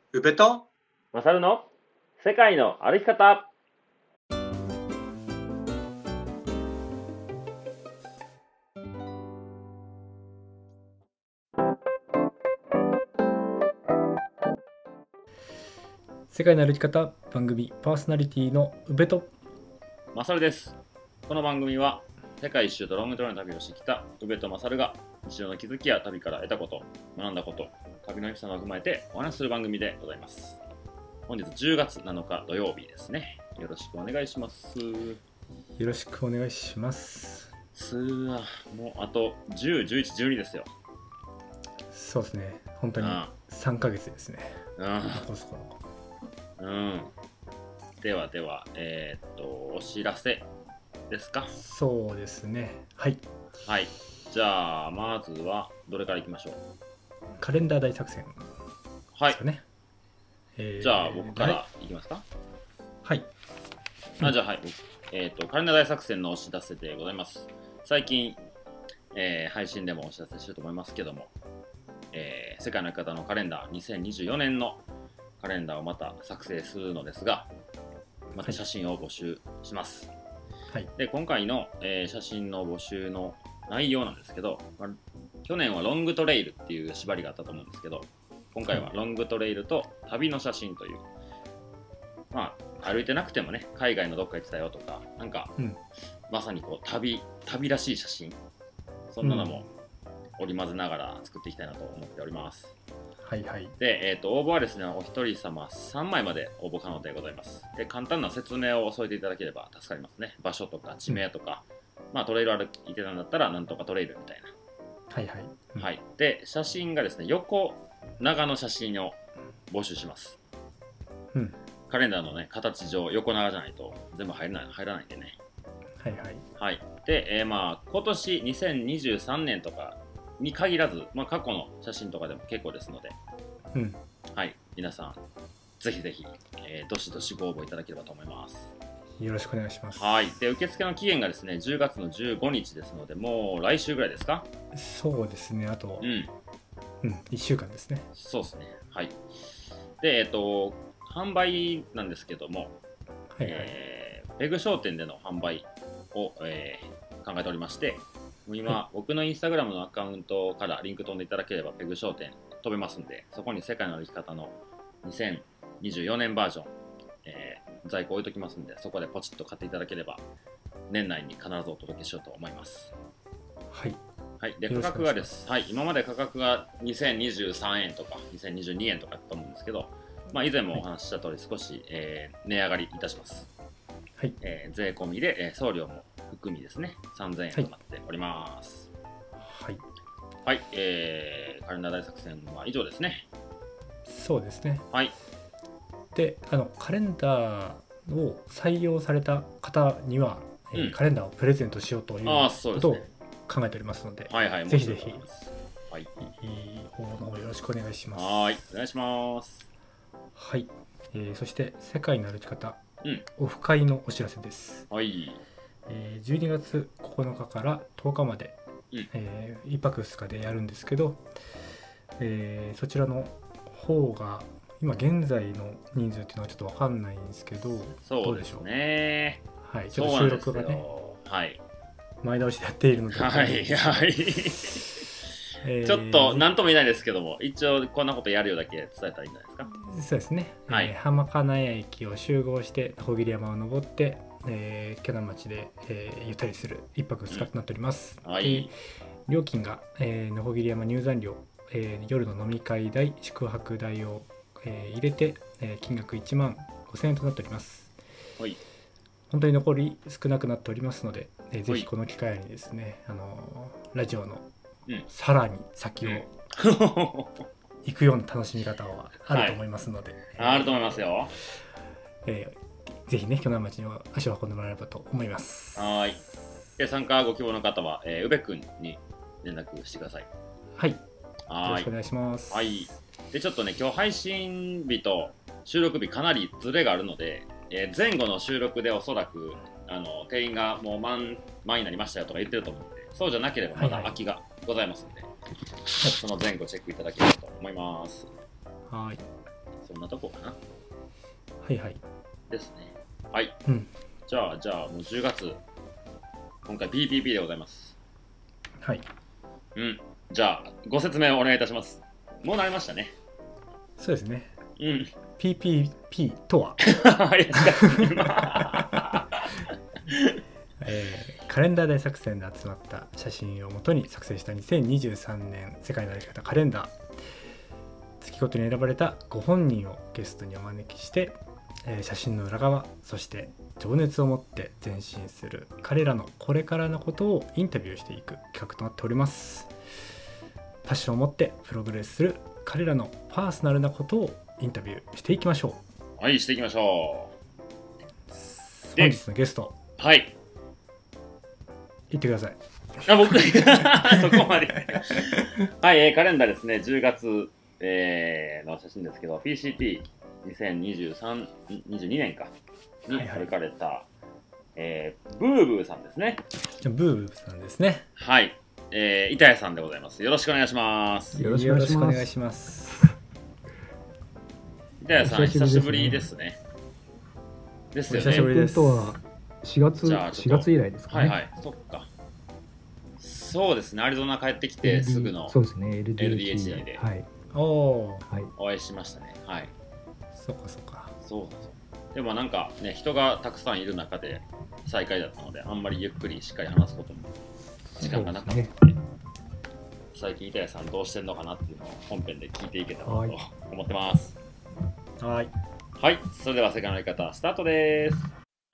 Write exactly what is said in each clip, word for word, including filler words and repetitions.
宇部とマサルの世界の歩き方。 世界の歩き方番組パーソナリティの宇部とマサルです。この番組は世界一周とロングトレーの旅をしてきた宇部とマサルが日常の気づきや旅から得たこと、学んだこと、旅のエピソードを踏まえてお話しする番組でございます。本日じゅうがつなのか土曜日ですね。よろしくお願いします。 よろしくお願いします。 すーもうあとじゅう、じゅういち、じゅうにですよ。 そうですね。本当にあさんかげつですね。 あ残すこのうんではでは、えー、っとお知らせですか。 そうですね。はい。 はい。じゃあまずはどれからいきましょう。 カレンダー大作戦はいですか。ね。えーじゃあ僕からいきますか。 はい。 あじゃあはい。えっ、とカレンダー大作戦のお知らせでございます。最近、えー配信でもお知らせしてると思いますけども、えー世界の生き方のカレンダーにせんにじゅうよねんのカレンダーをまた作成するのですが、また写真を募集します。 はい。 で今回の、えー写真の募集の内容なんですけど、まあ去年はロングトレイルっていう縛りがあったと思うんですけど、今回はロングトレイルと旅の写真という、まあ歩いてなくてもね、海外のどっか行ってたよとか、なんか、 うんまさにこう旅旅らしい写真、そんなのも織り交ぜながら作っていきたいなと思っております。 はいはい。 で、えー、と応募はですね、お一人様さんまいまで応募可能でございます。で、簡単な説明を添えていただければ助かりますね。場所とか地名とか、まあトレイル歩いてたんだったらなんとかトレイルみたいはいはい。うんな。はい。で、写真がですね、横長の写真を募集します。 うん。 カレンダーのね、形上横長じゃないと全部入らない、入らないんでね。 はいはい。 はい。で、えーまあ今年にせんにじゅうさんねんとかに限らず、まあ過去の写真とかでも結構ですので、 うん。 はい。皆さん、ぜひぜひ、えーどしどしご応募いただければと思います。 よろしくお願いします。 はい。で、受付の期限がですね、じゅうがつのじゅうごにちですので、もう来週ぐらいですか。 そうですね。あとう、ん。 うん、いっしゅうかんですね。 そうですね。はい。で、えっ、と、販売なんですけども、 はいはい。 えーペグ商店での販売を、えー考えておりまして、もう今、 は僕のインスタグラムのアカウントからリンク飛んでいただければ、ペグ商店飛べますんで、そこに世界の歩き方のにせんにじゅうよねんバージョン、えー在庫置いときますんで、そこでポチッと買っていただければ、年内に必ずお届けしようと思います。 はい。 はい、でよろしく価格がでお願いしますす、はい、今まで価格がにせんにじゅうさんえんとかにせんにじゅうにえんとかだったと思うんですけど、まあ、以前もお話しした通り少し、えー値上がりいたします。 はい。 えー税込みで、えー送料も含みですね、さんぜんえんとなっております。 はい。 はい、えーカレンダー大作戦は以上ですね。 そうですね。 はい、 で、あのカレンダーを採用された方には、えーうんカレンダーをプレゼントしようというあーそうことをですね考えておりますので、 はいはい、 ぜひぜひもちろんと思います。はい、 いい方の方よろしくお願いします。 はーい、お願いします。 はい、えーそして世界の歩き方、 うんオフ会のお知らせです。 はい、 えーじゅうにがつここのかからとおかまで、 うんえーいっぱくふつかでやるんですけど、えーそちらの方が今現在の人数っていうのはちょっと分かんないんですけど、 そうですどうでしょう。 ね。 はい、ちょっと収そうなんです録がねよ。はい、 前倒しでやっているので、 はい、はい。 えーちょっと何とも言えないですけども、一応こんなことやるようだけ伝えたらいいんじゃないですか。 そうですね、 はいえー浜金谷駅を集合して小桐山を登って、えー、鋸南町で、えーゆったりするいっぱくふつかとなっております。 はいで料金が、えー、のこぎり山入山料、えー夜の飲み会代宿泊代を、えー入れて、えー金額いちまんごせんえんとなっております。 はい、 本当に残り少なくなっておりますので、えーぜはいひこの機会にですね、あのーラジオのうんさらに先をうん行くような楽しみ方はあると思いますので、えーあると思いますよ。 えーぜひね、鋸南町には足を運んでもらえればと思います。 はーい。で、参加ご希望の方は、えー、宇部君に連絡してください。 はい、よはーい。 ろしくお願いします。 はい。で、ちょっとね、今日配信日と収録日かなりズレがあるので、えー前後の収録でおそらく、あの、定員がもう満、満になりましたよとか言ってると思うので、そうじゃなければまだはいはい空きがございますので、その前後チェックいただければと思います。 はい。 そんなとこかな。 はいはい。 ですね。はい。 うん。 じゃあ、じゃあ、もうじゅうがつ、今回 ピーピーピー でございます。 はい。 うん。じゃあ、ご説明をお願いいたします。もうなりましたね。 そうですね。 うん。 ピーピーピー とは、えー、カレンダー大作戦で集まった写真をもとに作成したにせんにじゅうさんねん世界の歩き方カレンダー。月ごとに選ばれたご本人をゲストにお招きして、えー、写真の裏側、そして情熱を持って前進する彼らのこれからのことをインタビューしていく企画となっております。パッションを持ってプログレスする彼らのパーソナルなことをインタビューしていきましょう。はい、していきましょう。本日のゲスト、 はい言ってください。 あ、僕そこまではい、えー、カレンダーですね。じゅうがつ、えー、の写真ですけど ピーシーティーにせんにじゅうさん、にじゅうにねんかに歩かれた、はいはい、えー、ブーブーさんですね。 ブーブーさんですね。 はい、えー、板谷さんでございます。よろしくお願いします。 よろしくお願いします。 板谷さん、久しぶりですね。ですよね。 久しぶりです。とはしがつ、しがつ以来ですかね。 はいはい、そっか。そうですね、アリゾナ帰ってきてすぐのそうですね、エルディーエイチエルディーエイチ で、 はい、 おはい、 お会いしましたね。はい。 そっかそっか。 そうだそう。でもなんかね、人がたくさんいる中で再会だったので、あんまりゆっくりしっかり話すことも時間がなかったので、でね、最近板谷さんどうしてんのかなっていうのを本編で聞いていけたらなと思ってます。 はい。 はい、それでは世界の歩き方スタートです。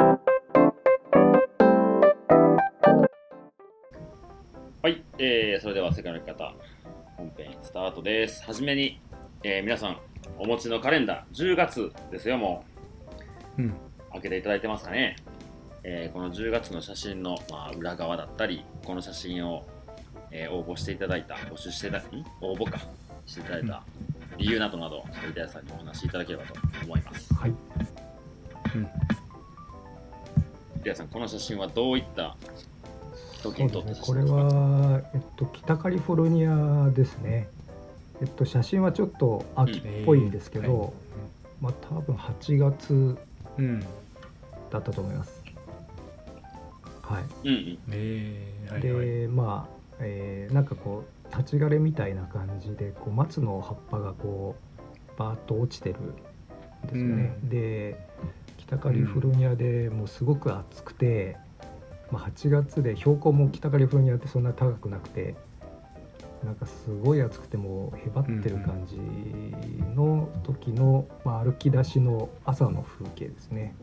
はい、えー、それでは世界の歩き方本編スタートです。はじめに、えー、皆さんお持ちのカレンダーじゅうがつですよ。もう、うん、開けていただいてますかね。えー、このじゅうがつの写真の、まあ、裏側だったり、この写真を、えー、応募していただいた募集していたん応募かしていただいた理由などなど板谷さんにお話しいただければと思います。 はい、 うん、板谷さん、この写真はどういった時に撮った写真ですか？ そうですね、これは、えっと、北カリフォルニアですね。えっと、写真はちょっと秋っぽいんですけど、うんはいまあ、多分はちがつだったと思います。うん、はい、 うんうんえーはいで、 はい、 まあ、えー、なんかこう立ち枯れみたいな感じでこう松の葉っぱがこうバーッと落ちてるんですよね、うん、で北カリフォルニアでもうすごく暑くて、まあ、はちがつで標高も北カリフォルニアってそんな高くなくてなんかすごい暑くてもへばってる感じの時の、まあ、歩き出しの朝の風景ですね。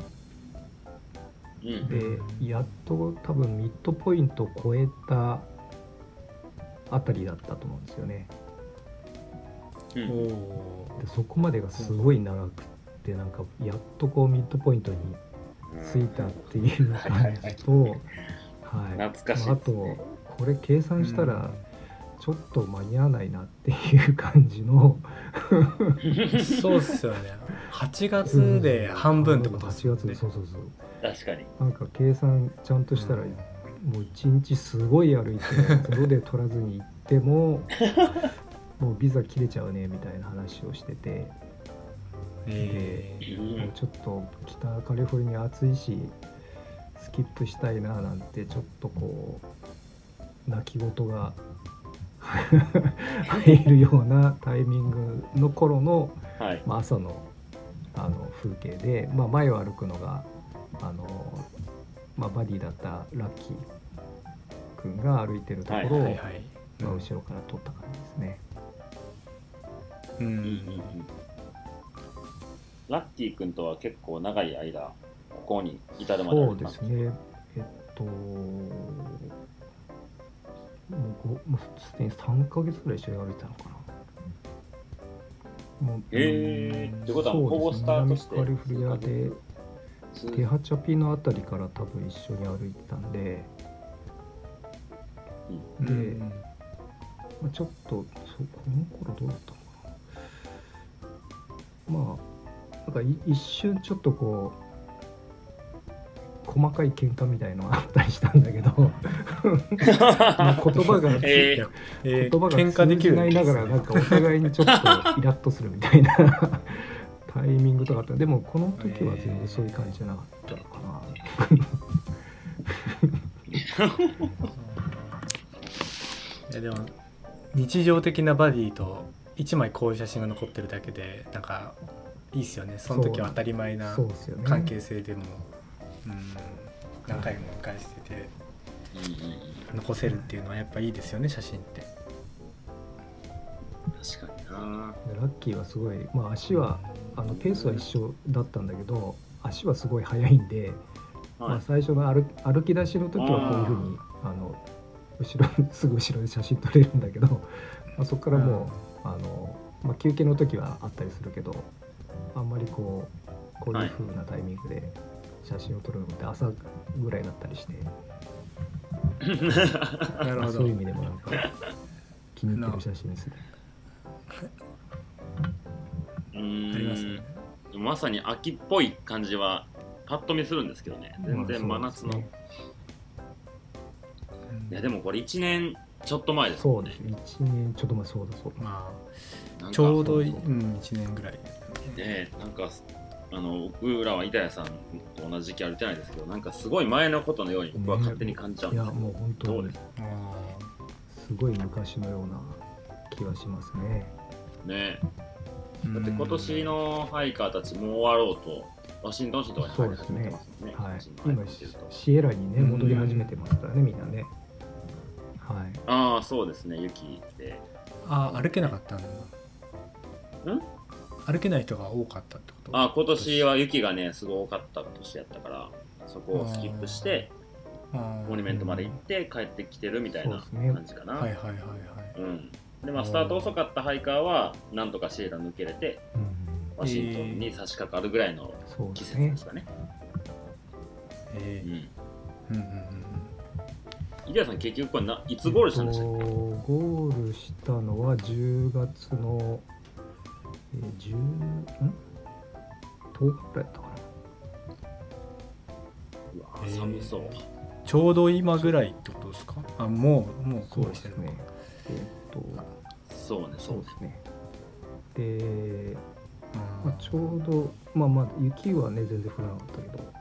でやっと多分ミッドポイントを超えたあたりだったと思うんですよね、うん、でそこまでがすごい長くてなんかやっとこうミッドポイントに着いたっていう感じと、はい、 懐かしい、 まあ、あとこれ計算したらちょっと間に合わないなっていう感じのそうっすよね。はちがつで半分ってことですよね。 はちがつ、そうそうそう。 確かに。 なんか計算ちゃんとしたら、うん、もう一日すごい歩いてゼロで取らずに行ってももうビザ切れちゃうねみたいな話をしてて、えー、でもうちょっと北カリフォルニア暑いしスキップしたいななんてちょっとこう泣き言が入るようなタイミングの頃の、はいまあ、朝の、あの風景で、まあ、前を歩くのがあの、まあ、バディだったラッキー君が歩いてるところを、はいはいはいまあ、後ろから撮った感じですね。 うんうんうん、ラッキー君とは結構長い間ここに至るまでそうですね。えっともうすでにさんかげつぐらい一緒に歩いたのかな。もうえー、ってことはほぼスタートして南カリフォルニアでテハチャピのあたりから多分一緒に歩いてたんで、うん、で、うんまあ、ちょっとそうこの頃どうだったのかな。まあなんか一瞬ちょっとこう細かい喧嘩みたいのがあったりしたんだけど言葉が、 えーえー、 言葉が喧嘩で通じきるないながらなんかお互いにちょっとイラッとするみたいなタイミングとかあった。でもこの時は全然そういう感じじゃなかったのかな。 いやでも日常的なバディといちまいこういう写真が残ってるだけでなんかいいっすよね。その時は当たり前なそうですよね関係性でもう、ん、何回も見返してて残せるっていうのはやっぱいいですよね、写真って。 確かにな。 でラッキーはすごい、まあ、足はあのペースは一緒だったんだけど足はすごい速いんで、 はい、 まあ、最初の歩歩き出しの時はこういうふうにあの後ろすぐ後ろで写真撮れるんだけど、まあ、そこからもう、あのまあ、休憩の時はあったりするけどあんまりこうこういう風なタイミングで写真を撮るのって朝ぐらいだったりして、 なるほど。 そういう意味でもなんか気に入ってる写真ですね。 うーんありますね。 まさに秋っぽい感じはパッと見するんですけどね、全然真夏の、 まあそうですね。 いやでもこれいちねんちょっと前ですもね。 そうんです。いちねんちょっと前、そうだそうだ。 まあなんかちょうど、 そうそううん、いちねんぐらい。 ね、なんかあの僕らは板谷さんと同じ時期歩いてないですけど、なんかすごい前のことのように僕は勝手に感じちゃうんいやですけど、 もう本当にどうですあすごい昔のような気はしますね。 ね。 ーだって今年のハイカーたちもう終わろうとワシントン市とかに入り始めてますもんね。 はい写真、の今入ってるとシエラにね戻り始めてますからね、みんなね。はい。 ああそうですね、雪で。 あー、歩けなかったんだ。 ん歩けない人が多かったってこと？ あ今年は雪がねすごい多かった年やったから、そこをスキップしてモニュメントまで行って帰ってきてるみたいな感じかな。 はいはいはいはい。 うんでまあ、スタート遅かったハイカーはなんとかシエラ抜けれてうん、 ワシントンに差し掛かるぐらいのそうですね季節でし。たね。 えうんー、うんうんうん井田さん結局これないつゴールしたんでしたっけ？ えっとゴールしたのはじゅうがつの、えー、じゅうんとおかくらいだったかうわえー寒そう。 ちょうど今ぐらいってことですか？あ、もうもうな。 ゴールしてるのか。 ね。えっとそうねそそううねですね。で、 うんまあ、ちょうどまあまあ雪はね全然降らなかったけど、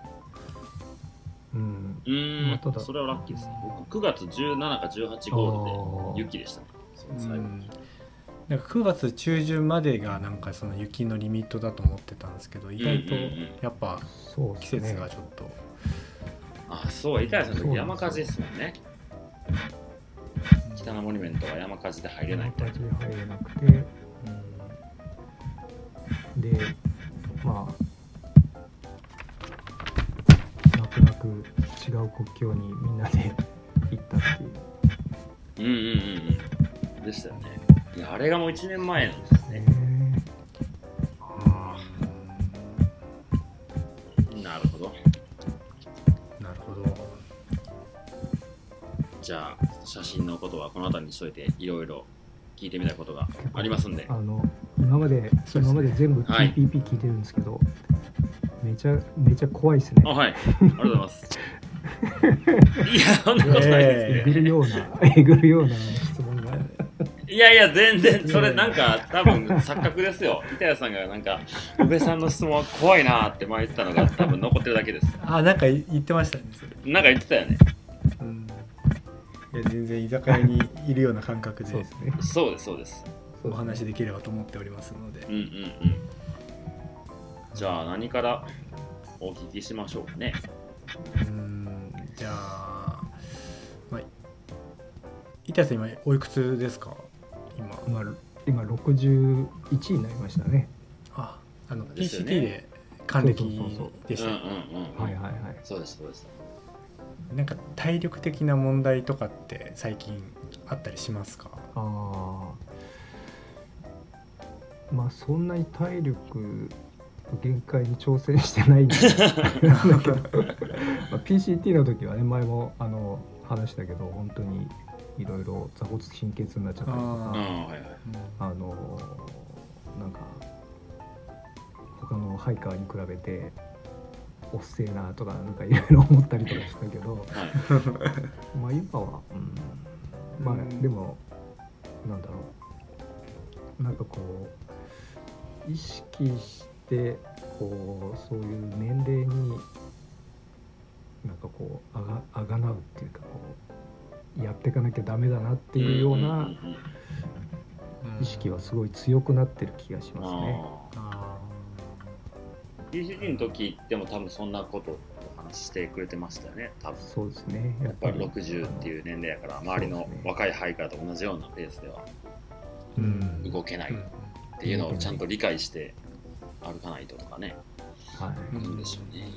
うん。 うーん、 まあただそれはラッキーですね。僕くがつじゅうしちかじゅうはちゴールで雪でしたね。そのう最後んに。 なんかくがつ中旬までがなんかその雪のリミットだと思ってたんですけど、意外とうんうんうんやっぱ季そうですね。 節がちょっと、 あそう、板谷さんの時山火事ですもんね。 うん北のモニュメントは山火事で入れない山みたいな。 火事入れなくて、でまあ泣く泣く違う国境にみんなで行ったっていう。 うんうんうんうん。でしたよね。いや、あれがもういちねんまえなんですね。ああ、なるほど。 なるほど。 じゃあ、写真のことはこの辺りにしといて、いろいろ聞いてみたいことがありますんで。 あの今までそうですね今まで全部はいティーピーピー 聞いてるんですけど、めちゃめちゃ怖いですねあ、。はい。ありがとうございます。いや、そんなことないですね。 えぐるようなえぐるような質問が。 いやいや、全然、それなんか、多分錯覚ですよ。板谷さんがなんか、宇部さんの質問は怖いなーって前言ってたのが多分残ってるだけです。 あ、なんか言ってましたね、それ。 なんか言ってたよね。 うん。いや、全然居酒屋にいるような感覚でそうですね。 そうです、そうです。 お話できればと思っておりますので。 うんうんうん。じゃあ、何からお聞きしましょうかね。 うーん、じゃあ、まあ、板谷さん今おいくつですか？今。 今今ろくじゅういちになりましたね。 あ、あの、 ですよねピーシーティー で還暦そうそうそうでした。 うんうんうん。 はいはいはい。 そうです、そうです。 なんか体力的な問題とかって最近あったりしますか？ ああ、まあそんなに体力限界に挑戦してないんだけどまあ ピーシーティー の時はね、前もあの話したけど、本当にいろいろ座骨神経痛になっちゃったりとうん、 か、 はいはい。 あのなんか他のハイカーに比べておっせえなとかなんかいろいろ思ったりとかしたけど、 はいまあ今は、うん、まあでもなんだろう、なんかこう意識してこうそういう年齢になんかこうあがあがなうっていうかこうやっていかなきゃダメだなっていうような意識はすごい強くなってる気がしますね。 あピーシーティー の時でも多分そんなことをお話ししてくれてましたよね。多分そうですね。 やっぱりろくじゅうっていう年齢やから周りの若いハイカーと同じようなペースではうん動けないっていうのをちゃんと理解して歩かないととかね、 はい、 いいんでしょうね。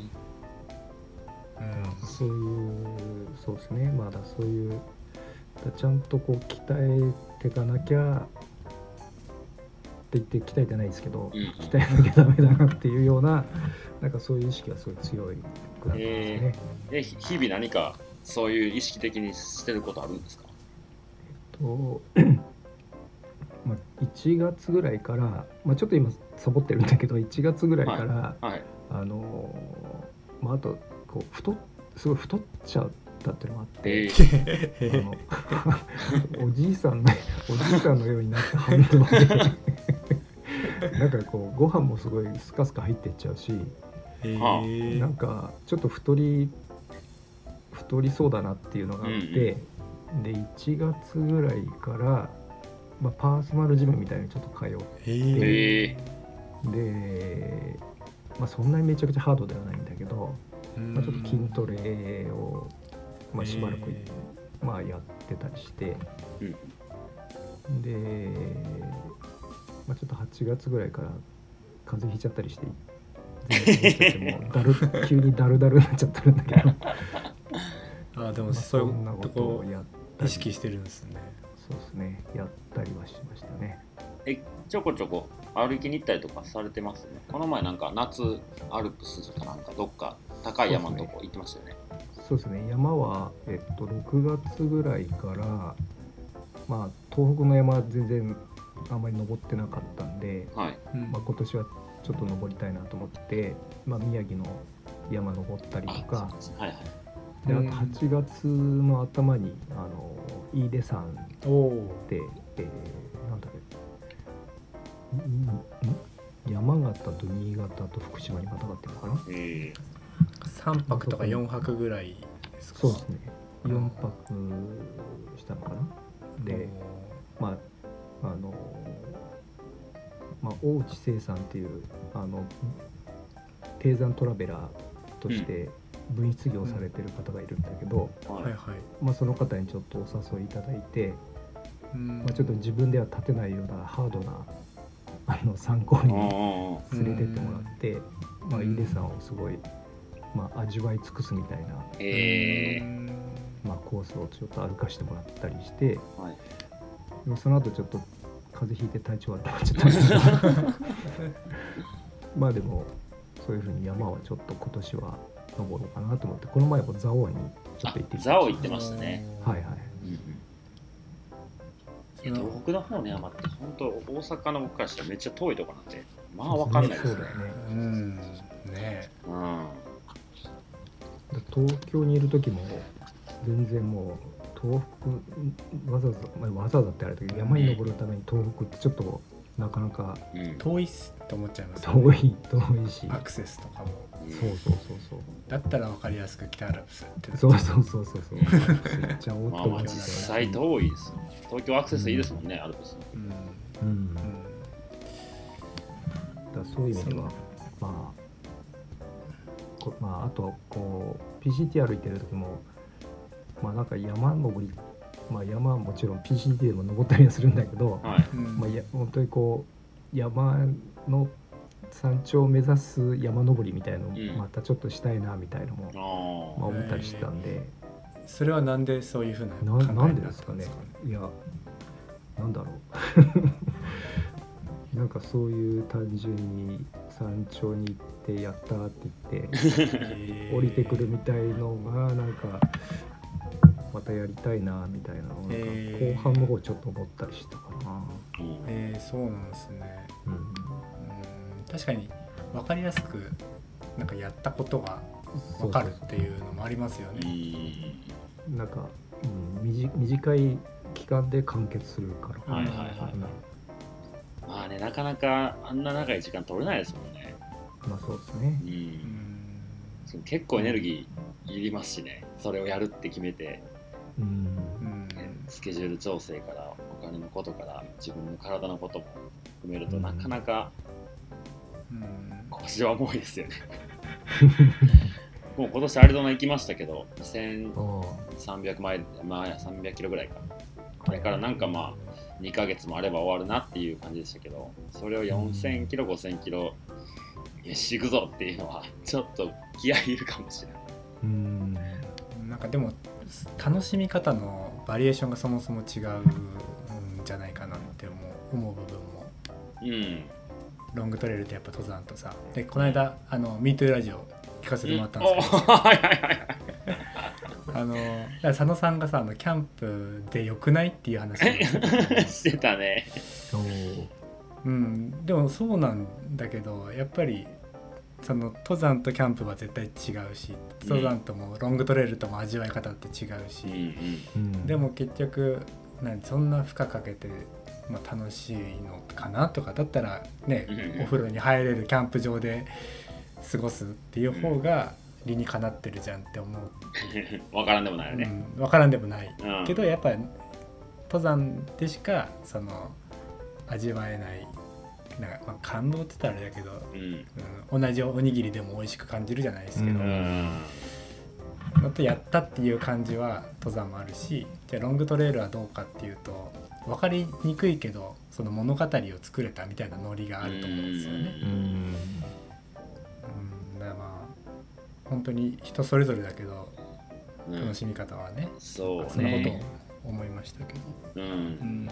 うんそういうそうですね。まだそういうちゃんとこう鍛えていかなきゃって言って鍛えてないですけど、 うんうん鍛えなきゃダメだなっていうようななんかそういう意識がすごい強いくなってますね。 えー、ひ日々何かそういう意識的にしてることあるんですか？ とまあ、いちがつぐらいから、まあ、ちょっと今サボってるんだけどいちがつぐらいから、 はいはい、 あのまあ、あとこう太っすごい太っちゃったっていうのもあって、 えー、 あのおじいさんのおじいさんのようになって反動でなんかこうご飯もすごいスカスカ入ってっちゃうし、 えー、 なんかちょっと太り太りそうだなっていうのがあって、うんうん、でいちがつぐらいからまあ、パーソナルジムみたいにちょっと通って、 えー、で、まあ、そんなにめちゃくちゃハードではないんだけど、まあ、ちょっと筋トレを、まあ、しばらく、まあ、やってたりして、うん、で、まあ、ちょっとはちがつぐらいから風邪ひいちゃったりして全然もうだる急にダルダルになっちゃってるんだけどあでもそういうとこ意識してるんですね。 そうですね、やったりはしましたね。 え、ちょこちょこ歩きに行ったりとかされてますね。この前なんか夏アルプスかなんかどっか高い山のとこ行ってましたよね。 そうですね、山は、えっと、ろくがつぐらいから、まあ、東北の山は全然あんまり登ってなかったんで、 はいまあ、今年はちょっと登りたいなと思って、まあ、宮城の山登ったりとか、 あ、はいはい、 であとはちがつの頭にあの飯出山で、えー、なんだろう、山形と新潟と福島にまたがってるのかな、 えー、さんぱくとかよんはくぐらいですか？ そうですね、よんぱくしたのかな。で、まああのまあ、大内清さんっていうあの低山トラベラーとして分室業されてる方がいるんだけど、 うんはいはい、 まあ、その方にちょっとお誘いいただいて、まあ、ちょっと自分では立てないようなハードなあの参考に連れてってもらって、まあ、飯出さんをすごい、まあ、味わい尽くすみたいな、 えーまあ、コースをちょっと歩かしてもらったりして、 はい、 でもその後ちょっと風邪ひいて体調悪くなっちゃったんですけどまあでもそういう風に山はちょっと今年は登ろうかなと思って、この前も蔵王にちょっと行ってきました。 蔵王行ってましたね。 はいはい、 うんうん、いや東北の方の山って本当大阪の僕からしたらめっちゃ遠いとこなんでまあ分かんないですね。 そうだよね。 うんね、 うん、 東京にいる時も全然もう東北わざわざ、まあ、わざわざってあれだけど山に登るために東北ってちょっとなかなか、 うん、遠いっすって思っちゃいますね。遠い遠いしアクセスとかも、 うん、そうそうそうそう、 だったら分かりやすく北アルプスってそうそうそうそうそうめっちゃまあまあ実際遠いですよ。東京アクセスいいですもんね、うん、アルプス、うんうん、 だからそういう意味ではまあまああとこう ピーシーティー 歩いてる時もまあなんか山登り、まあ、山はもちろん ピーシーティー でも登ったりはするんだけど、 はい、 まあ、や本当にこう山の山頂を目指す山登りみたいなのをまたちょっとしたいなみたいなのも、うん、まあ、思ったりしたんで、 それはなんでそういうふうな考えになったんですかね。なんでですかね。いやなんだろうなんかそういう単純に山頂に行ってやったって言って降りてくるみたいのがなんかまたやりたいなみたいなのをなんか後半の方ちょっと思ったりしたかな。 えー、そうなんですね、うん、うん、確かに分かりやすくなんかやったことが分かるっていうのもありますよね。 うんなんか、うん、短短い期間で完結するから。 はいはいはい。まあね、なかなかあんな長い時間取れないですもんね。 まあそうですね。 う。 うんん結構エネルギーいりますしね。それをやるって決めて、 うんう。んスケジュール調整からお金のことから自分の体のことも含めると、 うんなかなかうん腰は重いですよね。もう今年アリゾナ行きましたけど、にせんさんびゃくマイル、まあさんびゃくキロぐらいか。これからなんかまあにかげつもあれば終わるなっていう感じでしたけど、それをよんせんキロ、ごせんキロ、よし行くぞっていうのはちょっと気合いいるかもしれない。 うん。 なんかでも楽しみ方のバリエーションがそもそも違うんじゃないかなって思う思う部分も。 うん。 ロングトレイルってやっぱ登山とさで、この間あの ミートゥー ラジオ聞かせてもらったんですけど、 はいはいはいあのだから佐野さんがさ、あのキャンプでよくないっていう話をはいしてたね。 おうん、でもそうなんだけど、やっぱりその登山とキャンプは絶対違うし、登山ともロングトレイルとも味わい方って違うし、 うんうん。 うんでも結局なんそんな負荷かけて、まあ、楽しいのかなとかだったらね、 うんお風呂に入れるキャンプ場で過ごすっていう方が理にかなってるじゃんって思う、 わからんでもないよね。 うん、分からんでもないうんけど、やっぱり登山でしかその味わえないなんか、まあ、感動って言ったらあれだけど、 うんうん、同じおにぎりでも美味しく感じるじゃないですけど、 ううんのとやったっていう感じは登山もあるし、じゃあロングトレイルはどうかっていうと分かりにくいけどその物語を作れたみたいなノリがあると思うんですよね。 うんうん、だからまあ本当に人それぞれだけどうん楽しみ方はね、 そうそんなことね。 を思いましたけど、 う。 うんん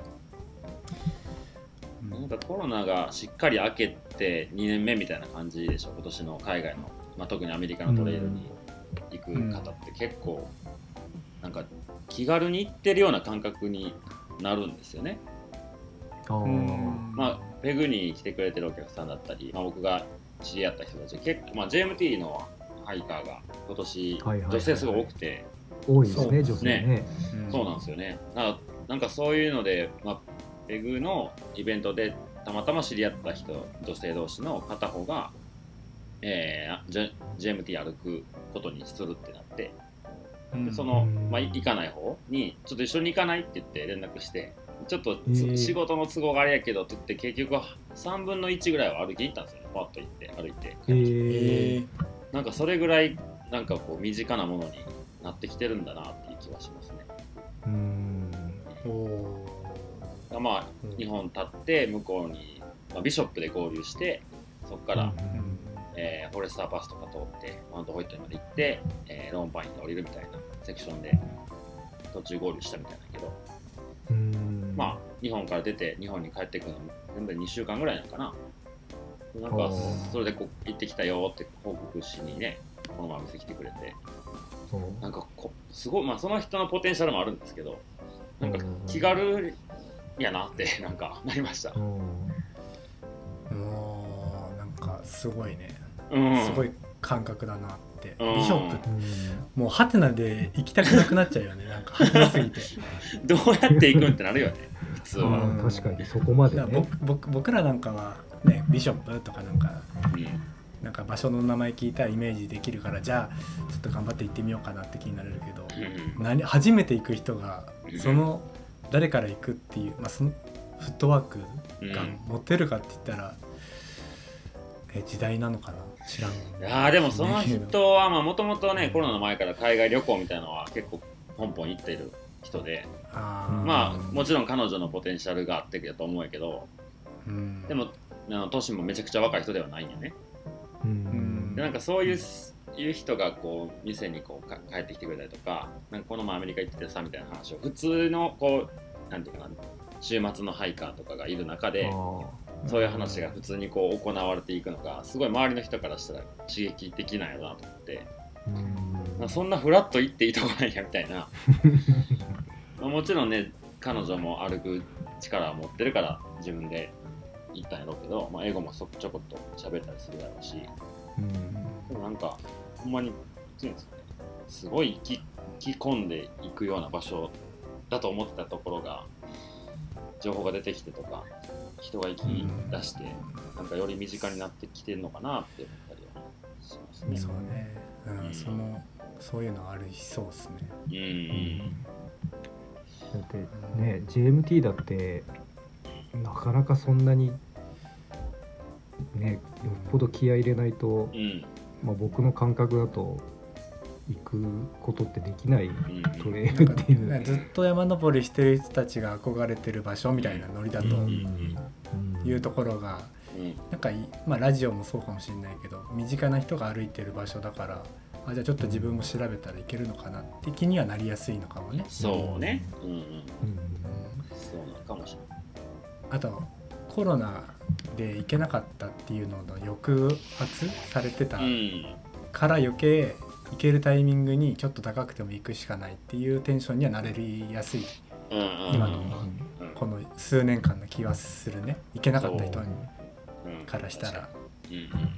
なんかコロナがしっかり明けてにねんめみたいな感じでしょ、今年の海外の、まあ、特にアメリカのトレイルに行く方って結構なんか気軽に行ってるような感覚になるんですよね。 あーうんまあ、ペグに来てくれてるお客さんだったり、まあ、僕が知り合った人たち結構、まあ、ジェーエムティー のハイカーが今年はいはいはいはい女性すごい多くて、 多いですそうね、女性ね。 うんそうなんですよね。なんかなんかそういうので、まあ、ペグのイベントでたまたま知り合った人、女性同士の片方が、えー、ジェ ジェーエムティー 歩くことにするってなって、でその、 うんまあ、行かない方にちょっと一緒に行かないって言って連絡して、ちょっとつ、 えー仕事の都合があれやけどって言って結局さんぶんのいちぐらいは歩きに行ったんですよね。パッと行って歩いて、 えーえーなんかそれぐらいなんかこう身近なものになってきてるんだなっていう気はしますね。 うんおーまあうん日本立って向こうに、まあ、ビショップで合流して、そこから、 うんえーフォレスターパスとか通ってマウントホイットにまで行って、えーローンパインに降りるみたいなセクションで途中合流したみたいだけど、 うんまあ日本から出て日本に帰ってくるのも全部でにしゅうかんぐらいなのかな。なんかあーそれでこう行ってきたよって報告しにね、この前店来てくれて、 そうなんかこすごい、まあその人のポテンシャルもあるんですけど、なんかうん気軽やなってなんかなりました。 うんもうなんかすごいね、 うん、 すごい感覚だなって、 うんビショップってうんもうハテナで行きたくなくなっちゃうよね、なんかハテナすぎて。 どうやって行くんってなるよね、普通あは。 うんー確かにそこまでだからね。 僕僕僕らなんかはね、ビショップとかなんかうんなんか場所の名前聞いたらイメージできるから、じゃあちょっと頑張って行ってみようかなって気になれるけど、 うん何初めて行く人がうんその誰から行くっていう、まあ、そのフットワークうんが持てるかって言ったら、え時代なのかな、知らん。 いやーでもその人はもともとね、コロナの前から海外旅行みたいなのは結構ポンポン行ってる人で、 あーまあもちろん彼女のポテンシャルがあってやと思うんやけど、 うんでもあの年もめちゃくちゃ若い人ではないんよね。 ううんんでなんかそういういう人がこう店にこうか帰ってきてくれたりとか、なんかこの前アメリカ行っててさみたいな話を普通のこうなんていうかな、週末のハイカーとかがいる中で、そういう話が普通にこう行われていくのがすごい周りの人からしたら刺激的なんやなと思って、 うんなんかそんなフラッと行っていいとこないやみたいなまあもちろんね彼女も歩く力を持ってるから自分で行ったんやろうけど、まあ、英語もそちょこっと喋ったりするだろうし、 うんでもなんかほんまにっていうんですかね、すごい生き、生き込んでいくような場所だと思ってたところが情報が出てきてとか人が生き出して、うん、なんかより身近になってきてるのかなって思ったりはしますね。 そうね、うんうん、そのそういうのあるそうですね。 うんうん、 だってね ジェーエムティー だってなかなかそんなにねよっぽど気合い入れないと、 うんまあ、僕の感覚だと行くことってできないトレイルっていう、 うん、ずっと山登りしてる人たちが憧れてる場所みたいなノリだというところが、うん、なんか、まあ、ラジオもそうかもしれないけど身近な人が歩いてる場所だからあじゃあちょっと自分も調べたらいけるのかなって気にはなりやすいのかもね。 そうね、うんうんうん、そうなのかもしれない。 あとコロナで行けなかったっていうのの抑圧されてたから余計行けるタイミングにちょっと高くても行くしかないっていうテンションにはなれやすい、うんうん、今のこの数年間の気はするね。行けなかった人からしたら、うんうんうん、ま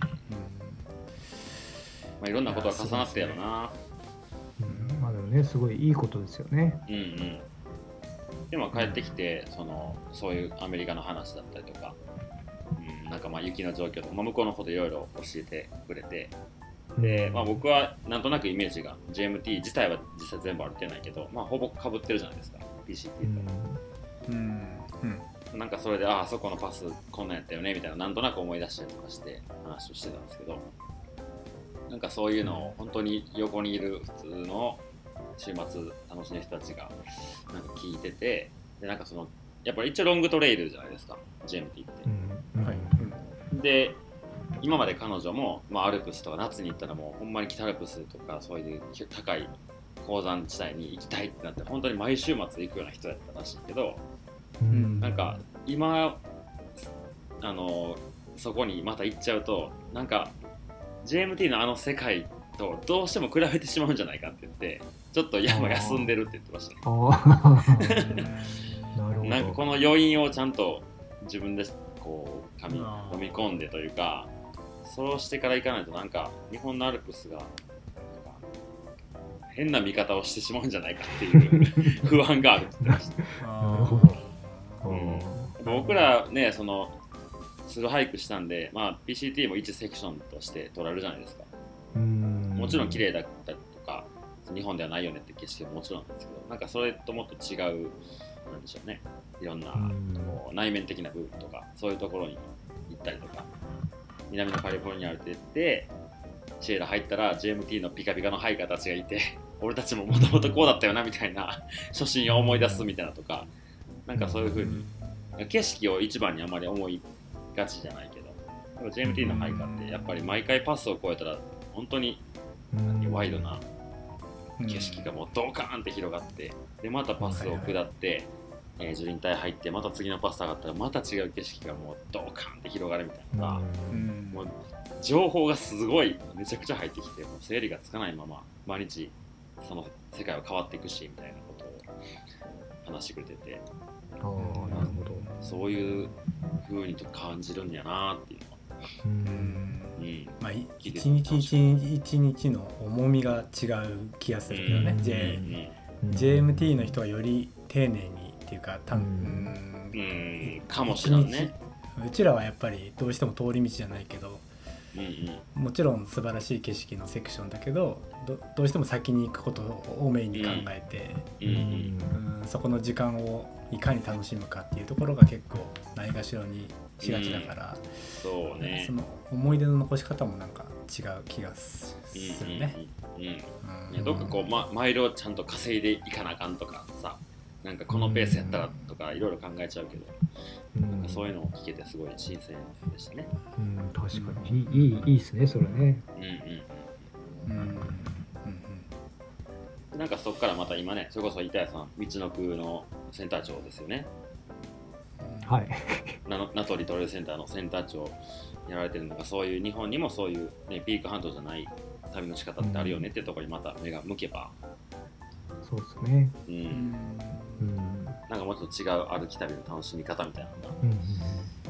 あ、いろんなことが重なってやろな、 うん、まあでもねすごいいいことですよね。 うんうん。でも帰ってきて、うん、そのそういうアメリカの話だったりとか、うん、なんかまあ雪の状況とか、まあ、向こうのこといろいろ教えてくれて、で、まあ、僕はなんとなくイメージが ジェーエムティー 自体は実際全部歩いてないけど、まあ、ほぼ被ってるじゃないですか ピーシーティー と、うんうん、なんかそれでああそこのパスこんなんやったよねみたいななんとなく思い出したりとかして話をしてたんですけど、なんかそういうのを本当に横にいる普通の週末楽しんでる人たちがなんか聞いてて、でなんかそのやっぱり一応ロングトレイルじゃないですか ジェーエムティー って、うんはいうん、で今まで彼女も、まあ、アルプスとか夏に行ったらもうほんまに北アルプスとかそういう高い高山地帯に行きたいってなって本当に毎週末行くような人だったらしいけど、うん、なんか今あのそこにまた行っちゃうとなんか ジェーエムティー のあの世界とどうしても比べてしまうんじゃないかって言ってちょっと山休んでるって言ってましたね。なるほど。なんかこの余韻をちゃんと自分でこう紙飲み込んでというかそうしてから行かないとなんか日本のアルプスがなんか変な見方をしてしまうんじゃないかっていう不安があるって言ってました。なるほど、うん、僕らねそのスルーハイクしたんで、まあ、ピーシーティー もいちセクションとして取られるじゃないですか。うーんもちろん綺麗だったりとか日本ではないよねって景色ももちろんなんですけど、なんかそれともっと違うなんでしょうね、いろんなこう内面的な部分とかそういうところに行ったりとか、南のカリフォルニアで行ってシェーラ入ったら ジェーエムティー のピカピカのハイカーたちがいて俺たちももともとこうだったよなみたいな初心を思い出すみたいなとか、なんかそういう風に景色を一番にあまり思いがちじゃないけど、でも ジェーエムティー のハイカーってやっぱり毎回パスを越えたら本当にワイドな景色がもうドカーンって広がって、でまたパスを下って、えー、樹林帯入ってまた次のパス上がったらまた違う景色がもうドカーンって広がるみたいなのが、もう情報がすごいめちゃくちゃ入ってきて、もう整理がつかないまま毎日その世界は変わっていくしみたいなことを話してくれてて、あーなるほど、そういう風にと感じるんやなっていうのは、うんうん、まあ一日一日一日の重みが違う気がするけどね、うん、J、うん、ジェーエムティー の人はより丁寧にっていうか、た、うん、 うん、かもしれないね。 うちらはやっぱりどうしても通り道じゃないけど、うんうん、もちろん素晴らしい景色のセクションだけど ど, どうしても先に行くことをメインに考えて、うんうんうん、そこの時間をいかに楽しむかっていうところが結構ないがしろにしがちだから、うん、 そうね、 その思い出の残し方もなんか違う気がするね。 どっかこう、ま、マイルをちゃんと稼いでいかなあかんとかさ、なんかこのペースやったらとかいろいろ考えちゃうけど、うん、なんかそういうのを聞けてすごい新鮮でしたね。 うん、確かにいいいいですねそれね。うんうんうんうん、なんかそこからまた今ね、それこそ板谷さん道のくのセンター長ですよね。 はい。 名取トレイルセンターのセンター長やられてるのが、そういう日本にもそういう、ね、ピーク半島じゃない旅の仕方ってあるよねっていうところにまた目が向けば、 そうですね。うん。うん 、なんかもうちょっと違う歩き旅の楽しみ方みたいなのが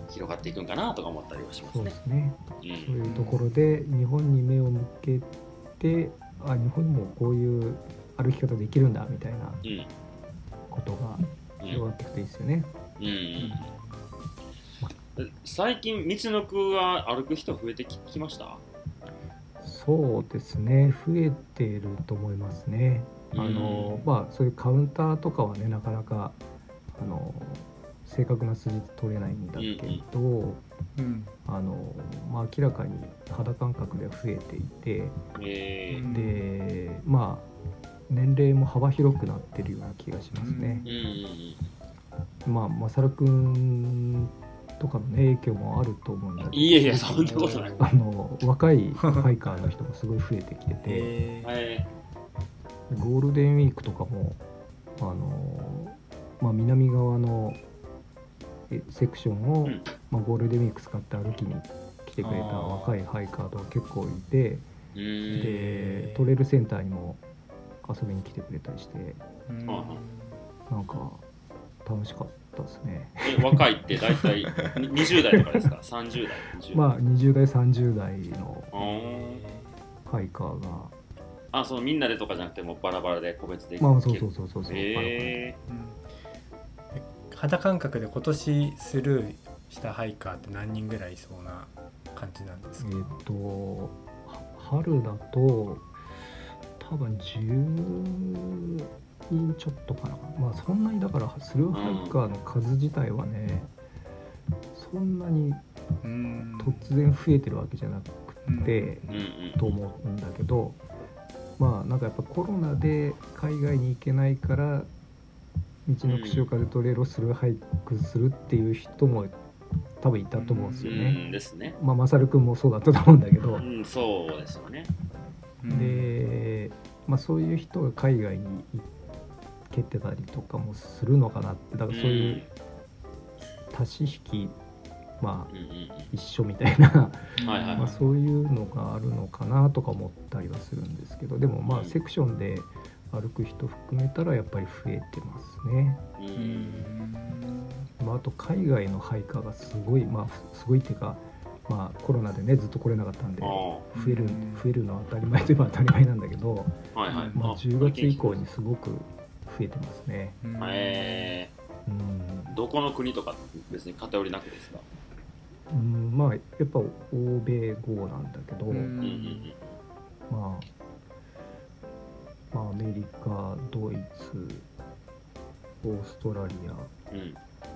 広がっていくんかなとか思ったりはしますね。 そうですね、 うんそういうところで日本に目を向けて、あ、日本にもこういう歩き方できるんだみたいなうんことが広がっていくといいですよね。 うんうんうん、最近道のくは歩く人増えてききました？ そうですね、増えていると思いますね。あの、まあそういうカウンターとかはね、なかなかあの正確な数字取れないんだけど、 うんあのまあ、明らかに肌感覚で増えていて、 えうんでまあ年齢も幅広くなってるような気がしますね。 ー、うんうんまあマサルくんとかの、ね、影響もあると思うんだけど、 いやいやそんなことない。 あの若いハイカーの人もすごい増えてきてて、 えーはいゴールデンウィークとかもあの、まあ、南側のえセクションを、 うんまあ、ゴールデンウィーク使って歩きに来てくれた若いハイカーと結構いて、 うーんでトレイルセンターにも遊びに来てくれたりしてうんなんか楽しかったですね。 え若いって大体ににじゅう代とかですか？さんじゅう代にじゅう代、 まあにじゅう代さんじゅう代のあーハイカーがあそのみんなでとかじゃなくてもうバラバラで個別でまあそうそうそうそうそう、 えうんえ肌感覚で今年スルーしたハイカーって何人ぐらいいそうな感じなんですか？ えっ、とは春だと多分じゅうにんちょっとかな。まあそんなにだからスルーハイカーの数自体はね、そんなにうん突然増えてるわけじゃなくて、 ーうんうんと思うんだけど、まあなんかやっぱコロナで海外に行けないから道の串岡でトレイルをスルーハイクするっていう人も多分いたと思うんですようね。 んですね。 まあマサル君もそうだったと思うんだけど、 うんそうですよね。 で、まあ、そういう人が海外に行けてたりとかもするのかなって、だからそういう足し引き、まあうんうんうん一緒みたいなはいはいまあそういうのがあるのかなとか思ったりはするんですけど、でもまあセクションで歩く人含めたらやっぱり増えてますね。 うんうんまあ、あと海外のハイカーがすごい、まあすごいっていうか、まあコロナでねずっと来れなかったんであ増ーえる増えるのは当たり前といえば当たり前なんだけど、 はいはい。 まあ、じゅうがつ以降にすごく増えてますね。 うんえうんー、どこの国とか別に偏りなくですか？ うん、まあやっぱ欧米豪なんだけど、 うんうんうんうんまあ、まあアメリカ、ドイツ、オーストラリア、 うんうん、